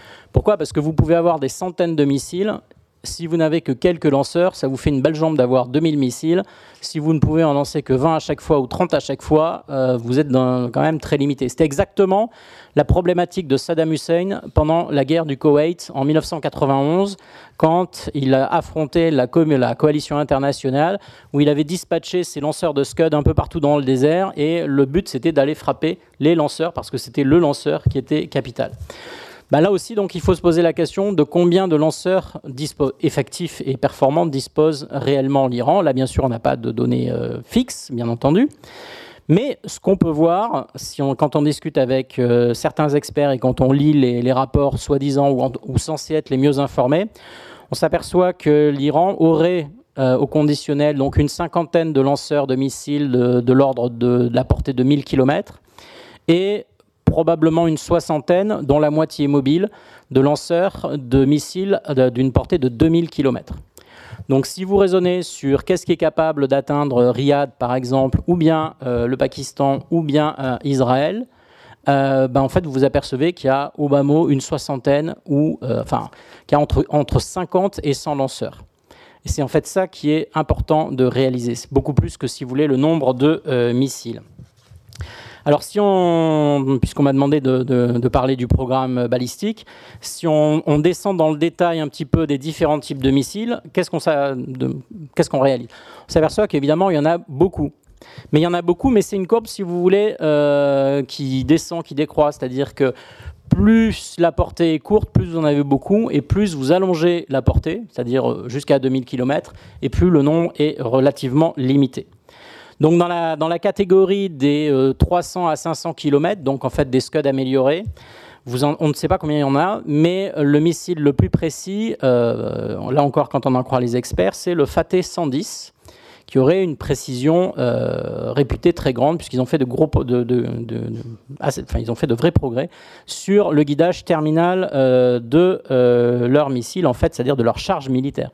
Parce que vous pouvez avoir des centaines de missiles. Si vous n'avez que quelques lanceurs, ça vous fait une belle jambe d'avoir 2000 missiles. Si vous ne pouvez en lancer que 20 à chaque fois ou 30 à chaque fois, vous êtes quand même très limité. C'était exactement la problématique de Saddam Hussein pendant la guerre du Koweït en 1991, quand il a affronté la coalition internationale, où il avait dispatché ses lanceurs de Scud un peu partout dans le désert, et le but c'était d'aller frapper les lanceurs, parce que c'était le lanceur qui était capital. Là aussi, donc, il faut se poser la question de combien de lanceurs effectifs et performants dispose réellement l'Iran. Là, bien sûr, on n'a pas de données fixes, bien entendu. Mais ce qu'on peut voir, quand on discute avec certains experts et quand on lit les rapports soi-disant ou censés être les mieux informés, on s'aperçoit que l'Iran aurait au conditionnel donc une cinquantaine de lanceurs de missiles de l'ordre de la portée de 1000 km et probablement une soixantaine, dont la moitié mobile, de lanceurs de missiles d'une portée de 2000 km. Donc si vous raisonnez sur qu'est-ce qui est capable d'atteindre Riyad, par exemple, ou bien le Pakistan, ou bien Israël, en fait, vous vous apercevez qu'il y a au bas mot une soixantaine, qu'il y a entre 50 et 100 lanceurs. Et c'est en fait ça qui est important de réaliser. C'est beaucoup plus que, si vous voulez, le nombre de missiles. Alors, puisqu'on m'a demandé de parler du programme balistique, si on descend dans le détail un petit peu des différents types de missiles, qu'est-ce qu'on réalise ? On s'aperçoit qu'évidemment, il y en a beaucoup. Mais il y en a beaucoup, mais c'est une courbe, si vous voulez, qui descend, qui décroît. C'est-à-dire que plus la portée est courte, plus vous en avez beaucoup, et plus vous allongez la portée, c'est-à-dire jusqu'à 2000 km, et plus le nombre est relativement limité. Donc dans la catégorie des 300 à 500 km, donc en fait des Scud améliorés, on ne sait pas combien il y en a, mais le missile le plus précis, là encore quand on en croit les experts, c'est le Fateh 110, qui aurait une précision réputée très grande, puisqu'ils ont fait ils ont fait de vrais progrès sur le guidage terminal de leurs missiles, en fait, c'est-à-dire de leur charge militaire.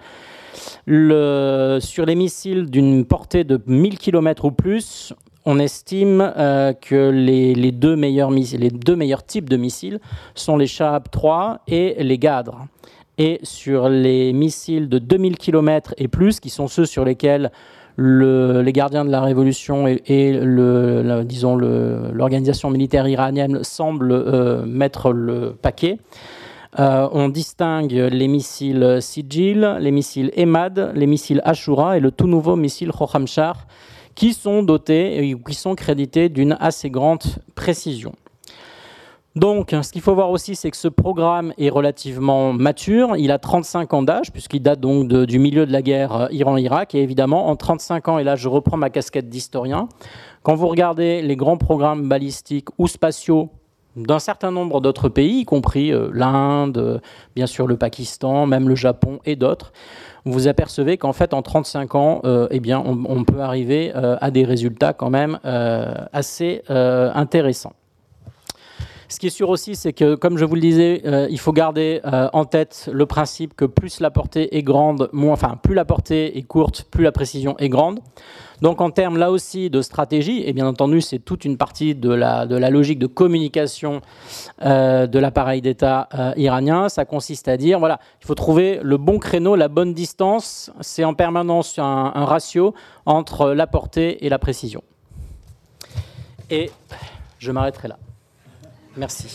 Sur les missiles d'une portée de 1000 km ou plus, on estime que les deux meilleurs types de missiles sont les Shahab 3 et les Ghadr. Et sur les missiles de 2000 km et plus, qui sont ceux sur lesquels les gardiens de la révolution et l'organisation militaire iranienne semblent mettre le paquet, on distingue les missiles Sijil, les missiles Emad, les missiles Ashura et le tout nouveau missile Khokhamchar, qui sont dotés et qui sont crédités d'une assez grande précision. Donc, ce qu'il faut voir aussi, c'est que ce programme est relativement mature. Il a 35 ans d'âge, puisqu'il date donc du milieu de la guerre Iran-Irak. Et évidemment, en 35 ans, et là je reprends ma casquette d'historien, quand vous regardez les grands programmes balistiques ou spatiaux d'un certain nombre d'autres pays, y compris l'Inde, bien sûr le Pakistan, même le Japon et d'autres, vous apercevez qu'en fait, en 35 ans, on peut arriver à des résultats quand même assez intéressants. Ce qui est sûr aussi, c'est que, comme je vous le disais, il faut garder en tête le principe que plus la portée est grande, plus la portée est courte, plus la précision est grande. Donc en termes là aussi de stratégie, et bien entendu c'est toute une partie de la logique de communication de l'appareil d'État iranien, ça consiste à dire, voilà, il faut trouver le bon créneau, la bonne distance, c'est en permanence un ratio entre la portée et la précision. Et je m'arrêterai là. Merci.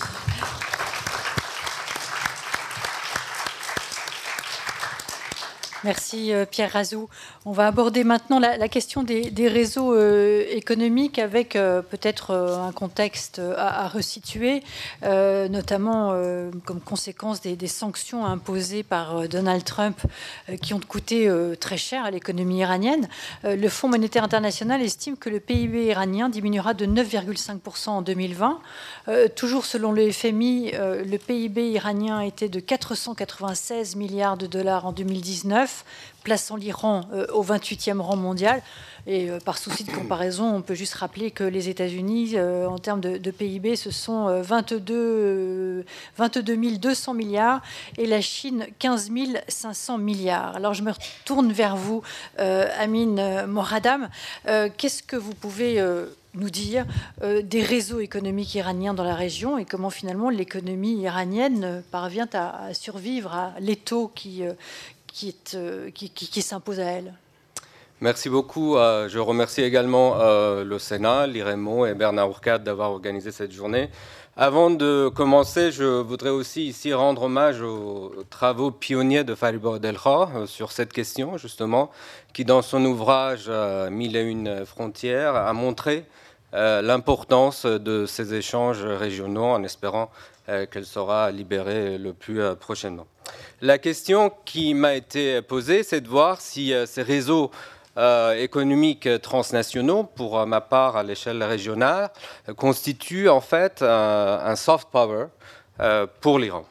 Merci Pierre Razou. On va aborder maintenant la question des réseaux économiques avec peut-être un contexte à resituer, notamment comme conséquence des sanctions imposées par Donald Trump qui ont coûté très cher à l'économie iranienne. Le Fonds monétaire international estime que le PIB iranien diminuera de 9,5% en 2020. Toujours selon le FMI, le PIB iranien était de 496 milliards de dollars en 2019. 2009, plaçant l'Iran au 28e rang mondial. Et par souci de comparaison, on peut juste rappeler que les États-Unis, en termes de PIB, ce sont 22 200 milliards et la Chine 15 500 milliards. Alors je me retourne vers vous, Amin Moradam. Qu'est-ce que vous pouvez nous dire des réseaux économiques iraniens dans la région et comment finalement l'économie iranienne parvient à survivre à l'étau qui s'impose à elle? Merci beaucoup. Je remercie également le Sénat, l'IREMO et Bernard Ourcade d'avoir organisé cette journée. Avant de commencer, je voudrais aussi ici rendre hommage aux travaux pionniers de Fariborg Delkha sur cette question, justement, qui dans son ouvrage « Mille et une frontières » a montré l'importance de ces échanges régionaux en espérant qu'elle sera libérée le plus prochainement. La question qui m'a été posée, c'est de voir si ces réseaux économiques transnationaux, pour ma part à l'échelle régionale, constituent en fait un soft power pour l'Iran.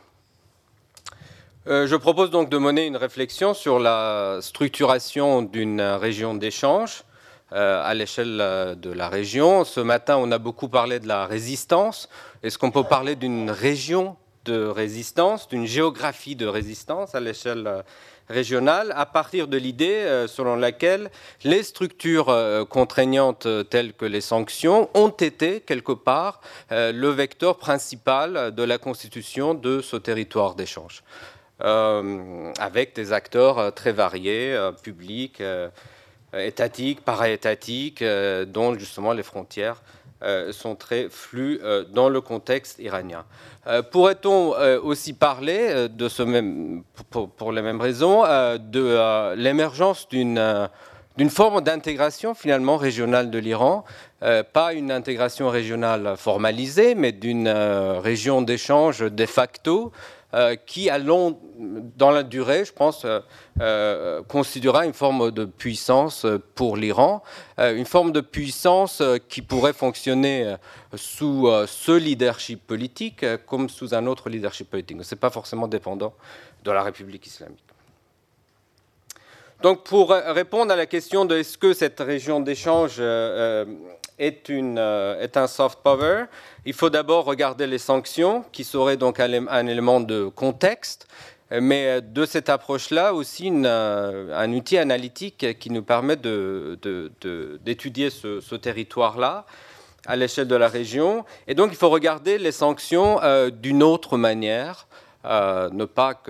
Je propose donc de mener une réflexion sur la structuration d'une région d'échange à l'échelle de la région. Ce matin, on a beaucoup parlé de la résistance. Est-ce qu'on peut parler d'une région de résistance, d'une géographie de résistance à l'échelle régionale, à partir de l'idée selon laquelle les structures contraignantes telles que les sanctions ont été, quelque part, le vecteur principal de la constitution de ce territoire d'échange, avec des acteurs très variés, publics, étatiques, para-étatiques, dont justement les frontières sont très flues dans le contexte iranien. Pourrait-on aussi parler, de ce même, pour les mêmes raisons, de l'émergence d'une forme d'intégration finalement régionale de l'Iran, pas une intégration régionale formalisée, mais d'une région d'échange de facto, qui, dans la durée, je pense, constituera une forme de puissance pour l'Iran, une forme de puissance qui pourrait fonctionner sous ce leadership politique comme sous un autre leadership politique. Ce n'est pas forcément dépendant de la République islamique. Donc, pour répondre à la question de est-ce que cette région d'échange est un soft power, il faut d'abord regarder les sanctions, qui seraient donc un élément de contexte, mais de cette approche-là aussi un outil analytique qui nous permet d'étudier ce territoire-là à l'échelle de la région. Et donc il faut regarder les sanctions d'une autre manière, ne pas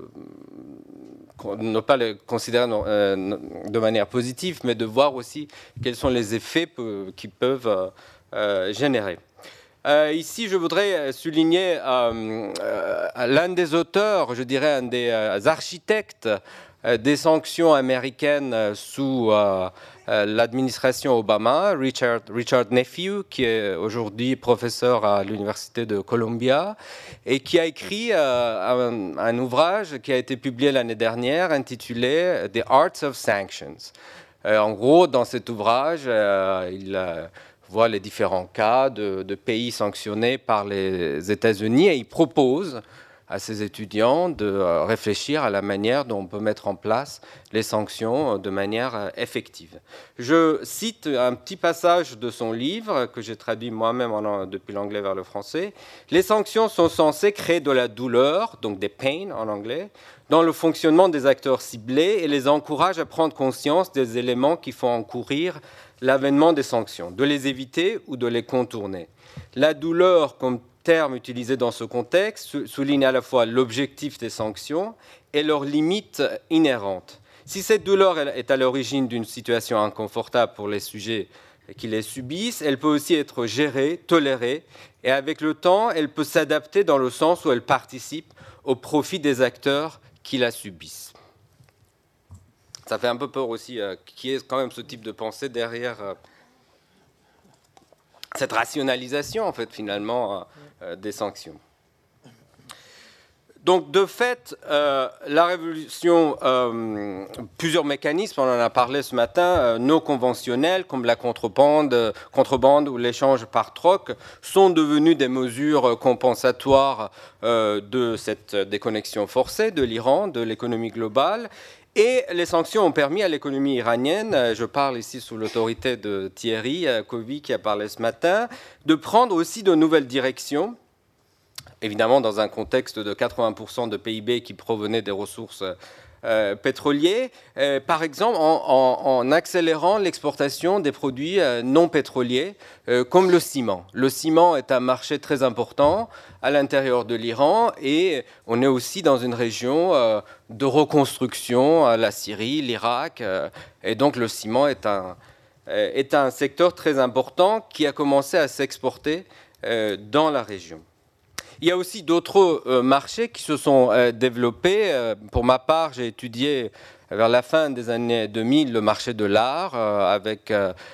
les considérer de manière positive, mais de voir aussi quels sont les effets qu'ils peuvent générer. Ici, je voudrais souligner l'un des auteurs, je dirais un des architectes des sanctions américaines sous l'administration Obama, Richard Nephew, qui est aujourd'hui professeur à l'Université de Columbia et qui a écrit un ouvrage qui a été publié l'année dernière intitulé « The Arts of Sanctions ». En gros, dans cet ouvrage, il voit les différents cas de pays sanctionnés par les États-Unis et il propose à ses étudiants de réfléchir à la manière dont on peut mettre en place les sanctions de manière effective. Je cite un petit passage de son livre que j'ai traduit moi-même depuis l'anglais vers le français. « Les sanctions sont censées créer de la douleur, donc des pains en anglais, dans le fonctionnement des acteurs ciblés et les encouragent à prendre conscience des éléments qui font encourir l'avènement des sanctions, de les éviter ou de les contourner. La douleur, comme terme utilisé dans ce contexte, souligne à la fois l'objectif des sanctions et leurs limites inhérentes. Si cette douleur est à l'origine d'une situation inconfortable pour les sujets qui les subissent, elle peut aussi être gérée, tolérée, et avec le temps, elle peut s'adapter dans le sens où elle participe au profit des acteurs qui la subissent. » Ça fait un peu peur aussi qu'il y ait quand même ce type de pensée derrière cette rationalisation, en fait, finalement, des sanctions. Donc, de fait, la révolution, plusieurs mécanismes, on en a parlé ce matin, non conventionnels, comme la contrebande ou l'échange par troc, sont devenus des mesures compensatoires de cette déconnexion forcée de l'Iran, de l'économie globale. Et les sanctions ont permis à l'économie iranienne, je parle ici sous l'autorité de Thierry Kovy qui a parlé ce matin, de prendre aussi de nouvelles directions, évidemment dans un contexte de 80% de PIB qui provenait des ressources pétroliers, par exemple en accélérant l'exportation des produits non pétroliers comme le ciment. Le ciment est un marché très important à l'intérieur de l'Iran et on est aussi dans une région de reconstruction, la Syrie, l'Irak, et donc le ciment est un secteur très important qui a commencé à s'exporter dans la région. Il y a aussi d'autres marchés qui se sont développés. Pour ma part, j'ai étudié vers la fin des années 2000 le marché de l'art avec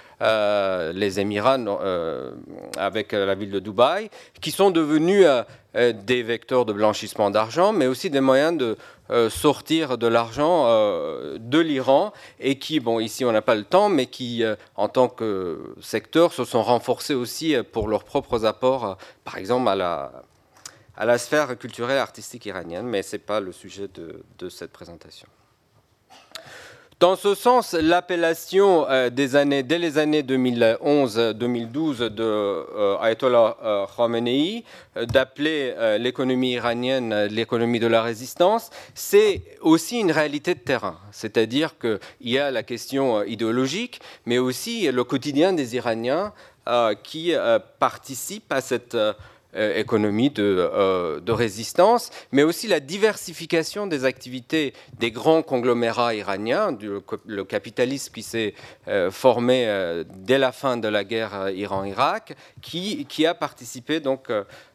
les Émirats, avec la ville de Dubaï, qui sont devenus des vecteurs de blanchissement d'argent, mais aussi des moyens de sortir de l'argent de l'Iran et qui, bon, ici on n'a pas le temps, mais qui, en tant que secteur, se sont renforcés aussi pour leurs propres apports, par exemple à la sphère culturelle et artistique iranienne, mais ce n'est pas le sujet de cette présentation. Dans ce sens, l'appellation dès les années 2011-2012 de Ayatollah Khamenei d'appeler l'économie iranienne l'économie de la résistance, c'est aussi une réalité de terrain. C'est-à-dire qu'il y a la question idéologique, mais aussi le quotidien des Iraniens qui participent à cette économie de résistance, mais aussi la diversification des activités des grands conglomérats iraniens, le capitalisme qui s'est formé dès la fin de la guerre Iran-Irak, qui a participé donc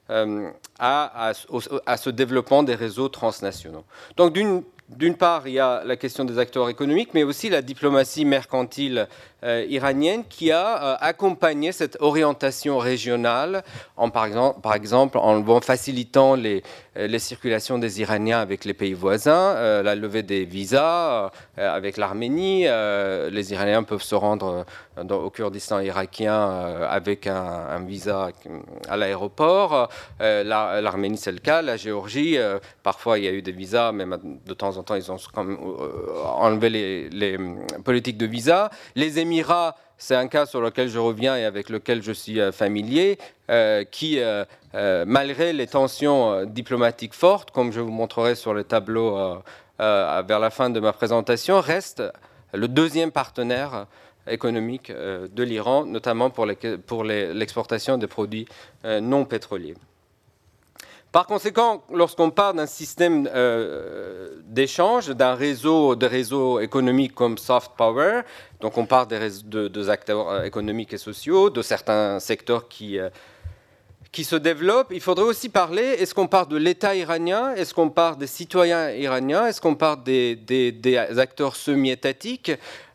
à ce développement des réseaux transnationaux. Donc d'une part, il y a la question des acteurs économiques, mais aussi la diplomatie mercantile iranienne qui a accompagné cette orientation régionale, par exemple en facilitant les circulations des Iraniens avec les pays voisins, la levée des visas avec l'Arménie. Les Iraniens peuvent se rendre au Kurdistan irakien avec un visa à l'aéroport. L'Arménie, c'est le cas. La Géorgie, parfois il y a eu des visas, mais de temps en temps, ils ont quand même enlevé les politiques de visa. Les Émirats, c'est un cas sur lequel je reviens et avec lequel je suis familier, qui, malgré les tensions diplomatiques fortes, comme je vous montrerai sur le tableau vers la fin de ma présentation, reste le deuxième partenaire économique de l'Iran, notamment pour l'exportation des produits non pétroliers. Par conséquent, lorsqu'on parle d'un système d'échange, d'un réseau économique comme soft power, donc on parle des acteurs économiques et sociaux, de certains secteurs qui se développent, il faudrait aussi parler, est-ce qu'on parle de l'État iranien, est-ce qu'on parle des citoyens iraniens, est-ce qu'on parle des acteurs semi-étatiques?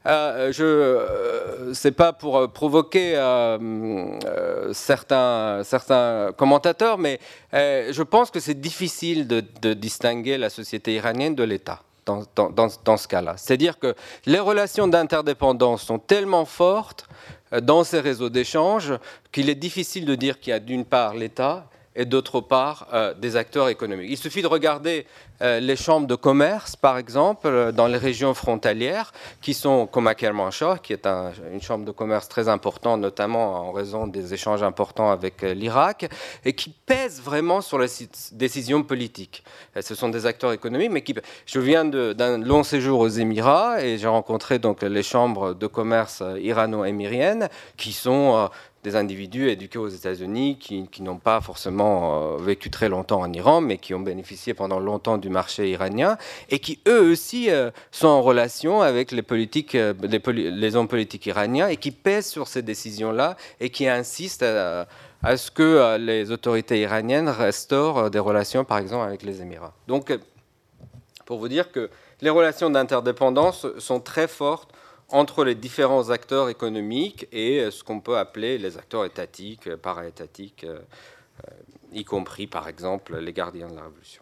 C'est pas pour provoquer certains commentateurs, mais je pense que c'est difficile de distinguer la société iranienne de l'État dans ce cas-là. C'est-à-dire que les relations d'interdépendance sont tellement fortes dans ces réseaux d'échange qu'il est difficile de dire qu'il y a d'une part l'État et d'autre part des acteurs économiques. Il suffit de regarder les chambres de commerce, par exemple, dans les régions frontalières, qui sont comme à Kermanshah, qui est une chambre de commerce très importante, notamment en raison des échanges importants avec l'Irak, et qui pèsent vraiment sur les décisions politiques. Ce sont des acteurs économiques, mais je viens d'un long séjour aux Émirats, et j'ai rencontré donc les chambres de commerce irano-émiriennes, qui sont des individus éduqués aux États-Unis qui n'ont pas forcément vécu très longtemps en Iran, mais qui ont bénéficié pendant longtemps du marché iranien et qui, eux aussi, sont en relation avec les hommes politiques iraniens et qui pèsent sur ces décisions-là et qui insistent à ce que les autorités iraniennes restaurent des relations, par exemple, avec les Émirats. Donc, pour vous dire que les relations d'interdépendance sont très fortes entre les différents acteurs économiques et ce qu'on peut appeler les acteurs étatiques, para-étatiques, y compris par exemple les gardiens de la Révolution.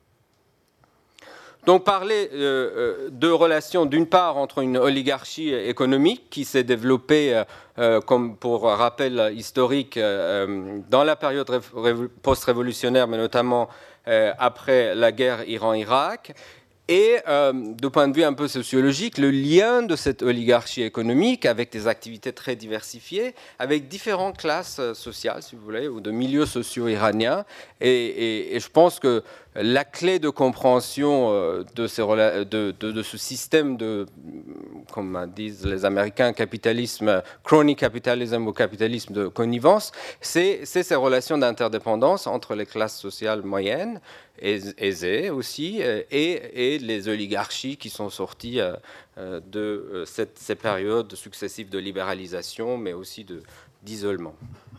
Donc parler de relations d'une part entre une oligarchie économique qui s'est développée, comme pour rappel historique, dans la période post-révolutionnaire, mais notamment après la guerre Iran-Irak, Et de point de vue un peu sociologique, le lien de cette oligarchie économique avec des activités très diversifiées, avec différentes classes sociales, si vous voulez, ou de milieux sociaux iraniens. Et je pense que la clé de compréhension de ce système de, comme disent les Américains, capitalisme, crony capitalism ou capitalisme de connivence, c'est ces relations d'interdépendance entre les classes sociales moyennes, aisées aussi, et les oligarchies qui sont sorties de ces périodes successives de libéralisation, mais aussi d'isolement.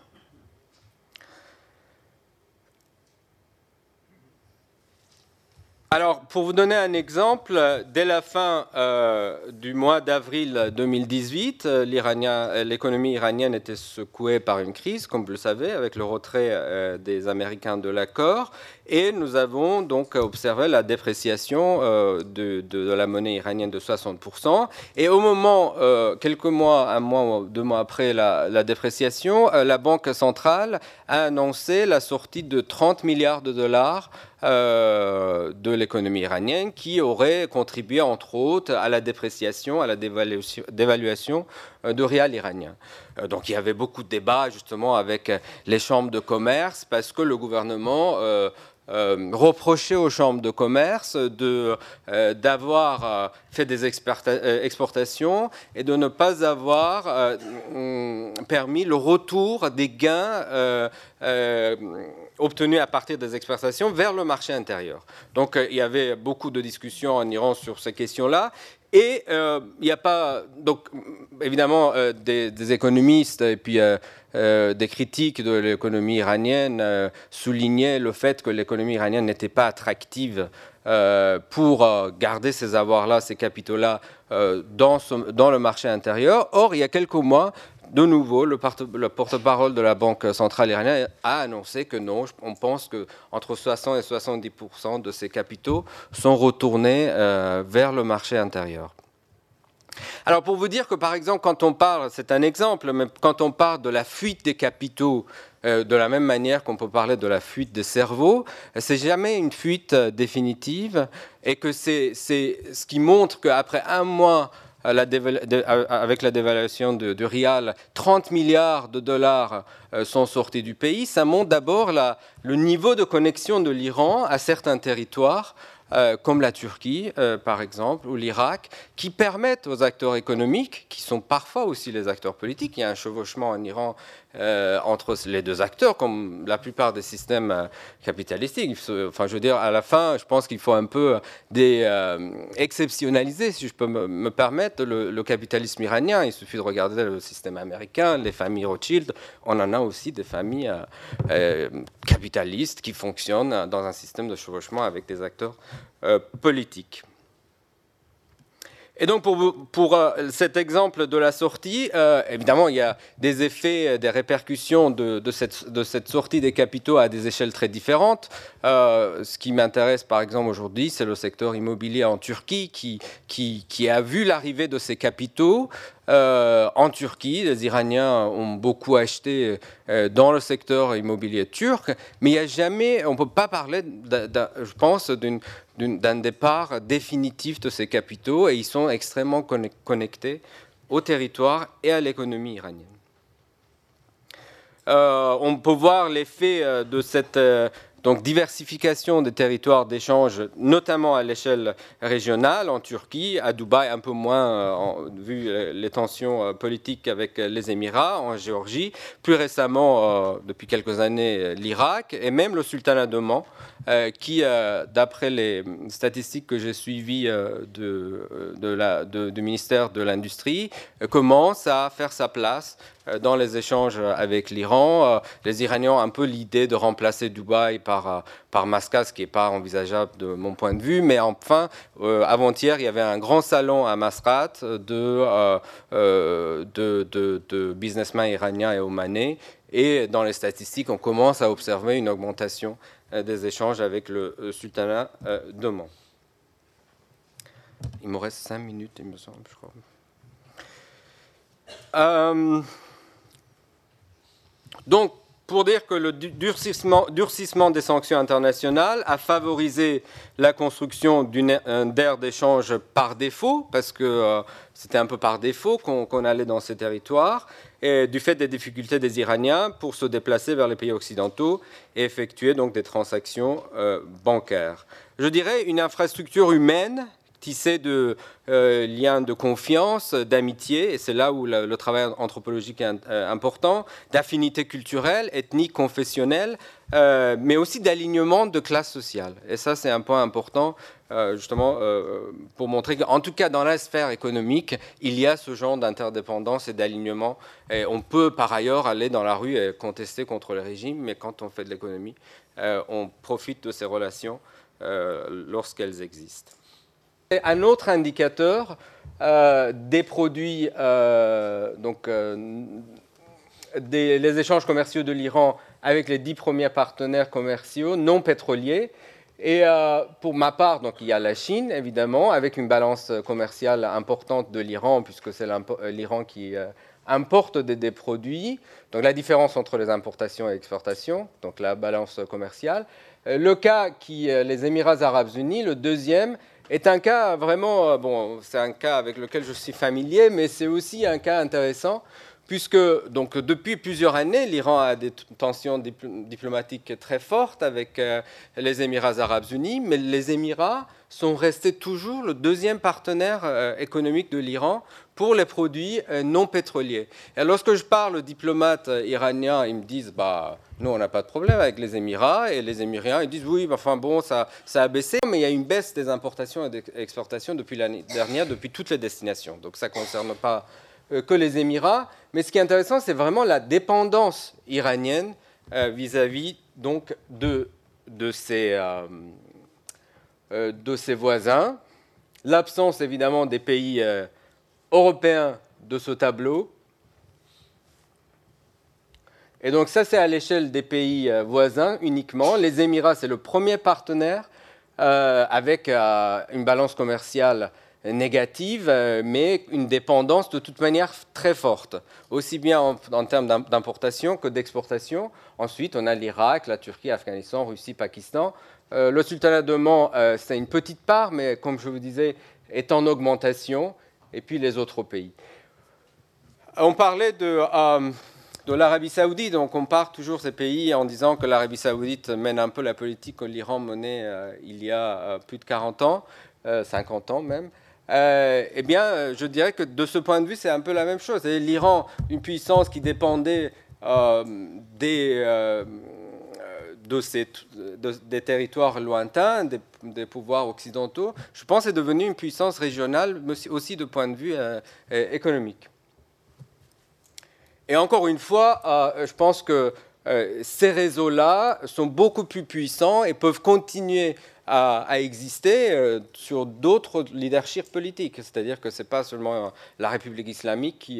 Alors, pour vous donner un exemple, dès la fin du mois d'avril 2018, l'économie iranienne était secouée par une crise, comme vous le savez, avec le retrait des Américains de l'accord. Et nous avons donc observé la dépréciation de la monnaie iranienne de 60%. Et au moment, quelques mois, un mois ou 2 mois après la dépréciation, la Banque centrale a annoncé la sortie de 30 milliards de dollars de l'économie iranienne qui aurait contribué entre autres à la dépréciation, à la dévaluation de rial iranien. Donc il y avait beaucoup de débats justement avec les chambres de commerce parce que le gouvernement reprochait aux chambres de commerce d'avoir fait des exportations et de ne pas avoir permis le retour des gains obtenus à partir des exportations vers le marché intérieur. Donc il y avait beaucoup de discussions en Iran sur ces questions-là. Et il n'y a pas, donc évidemment, des économistes et puis des critiques de l'économie iranienne soulignaient le fait que l'économie iranienne n'était pas attractive pour garder ces avoirs-là, ces capitaux-là dans le marché intérieur. Or, il y a quelques mois, de nouveau, le porte-parole de la Banque centrale iranienne a annoncé que non, on pense qu'entre 60 et 70% de ces capitaux sont retournés vers le marché intérieur. Alors pour vous dire que par exemple, quand on parle, c'est un exemple, mais quand on parle de la fuite des capitaux, de la même manière qu'on peut parler de la fuite des cerveaux, c'est jamais une fuite définitive et que c'est ce qui montre qu'après un mois avec la dévaluation du rial, 30 milliards de dollars sont sortis du pays. Ça montre d'abord le niveau de connexion de l'Iran à certains territoires, comme la Turquie, par exemple, ou l'Irak, qui permettent aux acteurs économiques, qui sont parfois aussi les acteurs politiques, il y a un chevauchement en Iran entre les deux acteurs, comme la plupart des systèmes capitalistiques. Enfin, je veux dire, à la fin, je pense qu'il faut un peu exceptionnaliser, si je peux me permettre, le capitalisme iranien. Il suffit de regarder le système américain, les familles Rothschild. On en a aussi des familles capitalistes qui fonctionnent dans un système de chevauchement avec des acteurs politiques. Et donc, pour cet exemple de la sortie, évidemment, il y a des effets, des répercussions de cette sortie des capitaux à des échelles très différentes. Ce qui m'intéresse, par exemple, aujourd'hui, c'est le secteur immobilier en Turquie qui a vu l'arrivée de ces capitaux. En Turquie, les Iraniens ont beaucoup acheté dans le secteur immobilier turc, mais il n'y a jamais, on ne peut pas parler, je pense, d'un départ définitif de ces capitaux, et ils sont extrêmement connectés au territoire et à l'économie iranienne. On peut voir l'effet de cette donc diversification des territoires d'échange, notamment à l'échelle régionale, en Turquie, à Dubaï un peu moins, vu les tensions politiques avec les Émirats, en Géorgie, plus récemment, depuis quelques années, l'Irak, et même le sultanat d'Oman, qui, d'après les statistiques que j'ai suivies du ministère de l'Industrie, commence à faire sa place dans les échanges avec l'Iran. Les Iraniens ont un peu l'idée de remplacer Dubaï par Mascate, ce qui n'est pas envisageable de mon point de vue. Mais enfin, avant-hier, il y avait un grand salon à Mascate de businessmen iraniens et omanais. Et dans les statistiques, on commence à observer une augmentation des échanges avec le sultanat d'Oman. Il me reste 5 minutes, il me semble, je crois. Donc, pour dire que le durcissement des sanctions internationales a favorisé la construction d'une aire d'échange par défaut, parce que c'était un peu par défaut qu'on allait dans ces territoires, et du fait des difficultés des Iraniens pour se déplacer vers les pays occidentaux et effectuer donc des transactions bancaires. Je dirais une infrastructure humaine tissée de liens de confiance, d'amitié, et c'est là où le travail anthropologique est important, d'affinité culturelle, ethnique, confessionnelle, mais aussi d'alignement de classe sociale. Et ça, c'est un point important, justement, pour montrer qu'en tout cas, dans la sphère économique, il y a ce genre d'interdépendance et d'alignement. Et on peut, par ailleurs, aller dans la rue et contester contre le régime, mais quand on fait de l'économie, on profite de ces relations lorsqu'elles existent. Un autre indicateur des produits, les échanges commerciaux de l'Iran avec les 10 premiers partenaires commerciaux non pétroliers. Et pour ma part, donc, il y a la Chine, évidemment, avec une balance commerciale importante de l'Iran, puisque c'est l'Iran qui importe des produits. Donc la différence entre les importations et exportations, donc la balance commerciale. Le cas les Émirats arabes unis, le deuxième, est un cas vraiment, c'est un cas avec lequel je suis familier, mais c'est aussi un cas intéressant, puisque donc, depuis plusieurs années, l'Iran a des tensions diplomatiques très fortes avec les Émirats arabes unis, mais les Émirats sont restés toujours le deuxième partenaire économique de l'Iran pour les produits non pétroliers. Et lorsque je parle aux diplomates iraniens, ils me disent nous, on n'a pas de problème avec les Émirats. Et les Émiriens, ils disent oui, ça a baissé. Mais il y a une baisse des importations et des exportations depuis l'année dernière, depuis toutes les destinations. Donc ça ne concerne pas que les Émirats. Mais ce qui est intéressant, c'est vraiment la dépendance iranienne vis-à-vis donc, de ses voisins. L'absence, évidemment, des pays européens de ce tableau. Et donc ça, c'est à l'échelle des pays voisins uniquement. Les Émirats, c'est le premier partenaire avec une balance commerciale négative, mais une dépendance de toute manière très forte, aussi bien en termes d'importation que d'exportation. Ensuite, on a l'Irak, la Turquie, Afghanistan, Russie, Pakistan. Le sultanat d'Oman, c'est une petite part, mais comme je vous disais, est en augmentation. Et puis les autres pays. On parlait de l'Arabie saoudite, donc on part toujours ces pays en disant que l'Arabie saoudite mène un peu la politique que l'Iran menait il y a plus de 40 ans, 50 ans même. Eh bien, je dirais que de ce point de vue, c'est un peu la même chose. L'Iran, une puissance qui dépendait des territoires lointains, des pouvoirs occidentaux, je pense, est devenue une puissance régionale, mais aussi de point de vue économique. Et encore une fois, je pense que ces réseaux-là sont beaucoup plus puissants et peuvent continuer à exister sur d'autres leaderships politiques. C'est-à-dire que ce n'est pas seulement la République islamique qui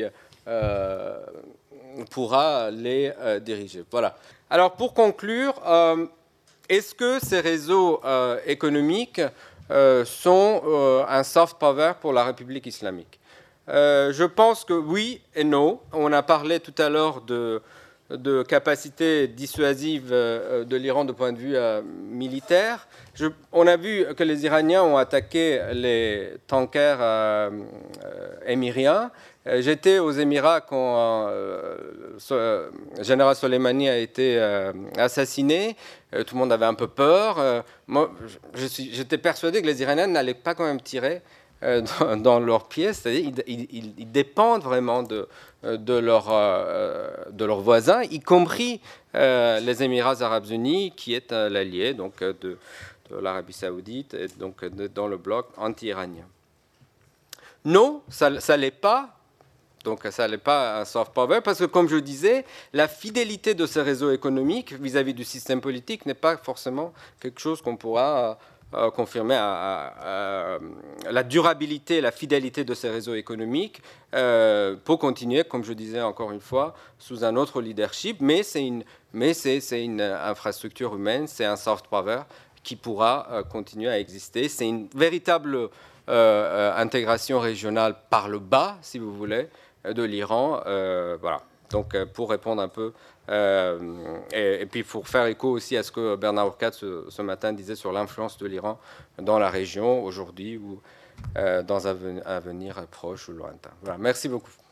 pourra les diriger. Voilà. Alors, pour conclure, est-ce que ces réseaux économiques sont un soft power pour la République islamique ? Je pense que oui et non. On a parlé tout à l'heure de capacité dissuasive de l'Iran de point de vue militaire. On a vu que les Iraniens ont attaqué les tankers émiriens. J'étais aux Émirats quand le général Soleimani a été assassiné. Tout le monde avait un peu peur. Moi, j'étais persuadé que les Iraniens n'allaient pas quand même tirer dans leurs pieds, c'est-à-dire ils dépendent vraiment de leurs voisins, y compris les Émirats arabes unis, qui est l'allié donc de l'Arabie saoudite, et donc dans le bloc anti-iranien. Non, ça ne l'est pas. Donc ça n'est pas un soft power, parce que comme je disais, la fidélité de ces réseaux économiques vis-à-vis du système politique n'est pas forcément quelque chose qu'on pourra confirmer la durabilité, la fidélité de ces réseaux économiques pour continuer, comme je disais encore une fois, sous un autre leadership, mais c'est une infrastructure humaine, c'est un soft power qui pourra continuer à exister. C'est une véritable intégration régionale par le bas, si vous voulez, de l'Iran. Voilà. Donc, pour répondre un peu, et puis pour faire écho aussi à ce que Bernard Hourcade ce matin disait sur l'influence de l'Iran dans la région aujourd'hui ou dans un avenir proche ou lointain. Voilà, merci beaucoup.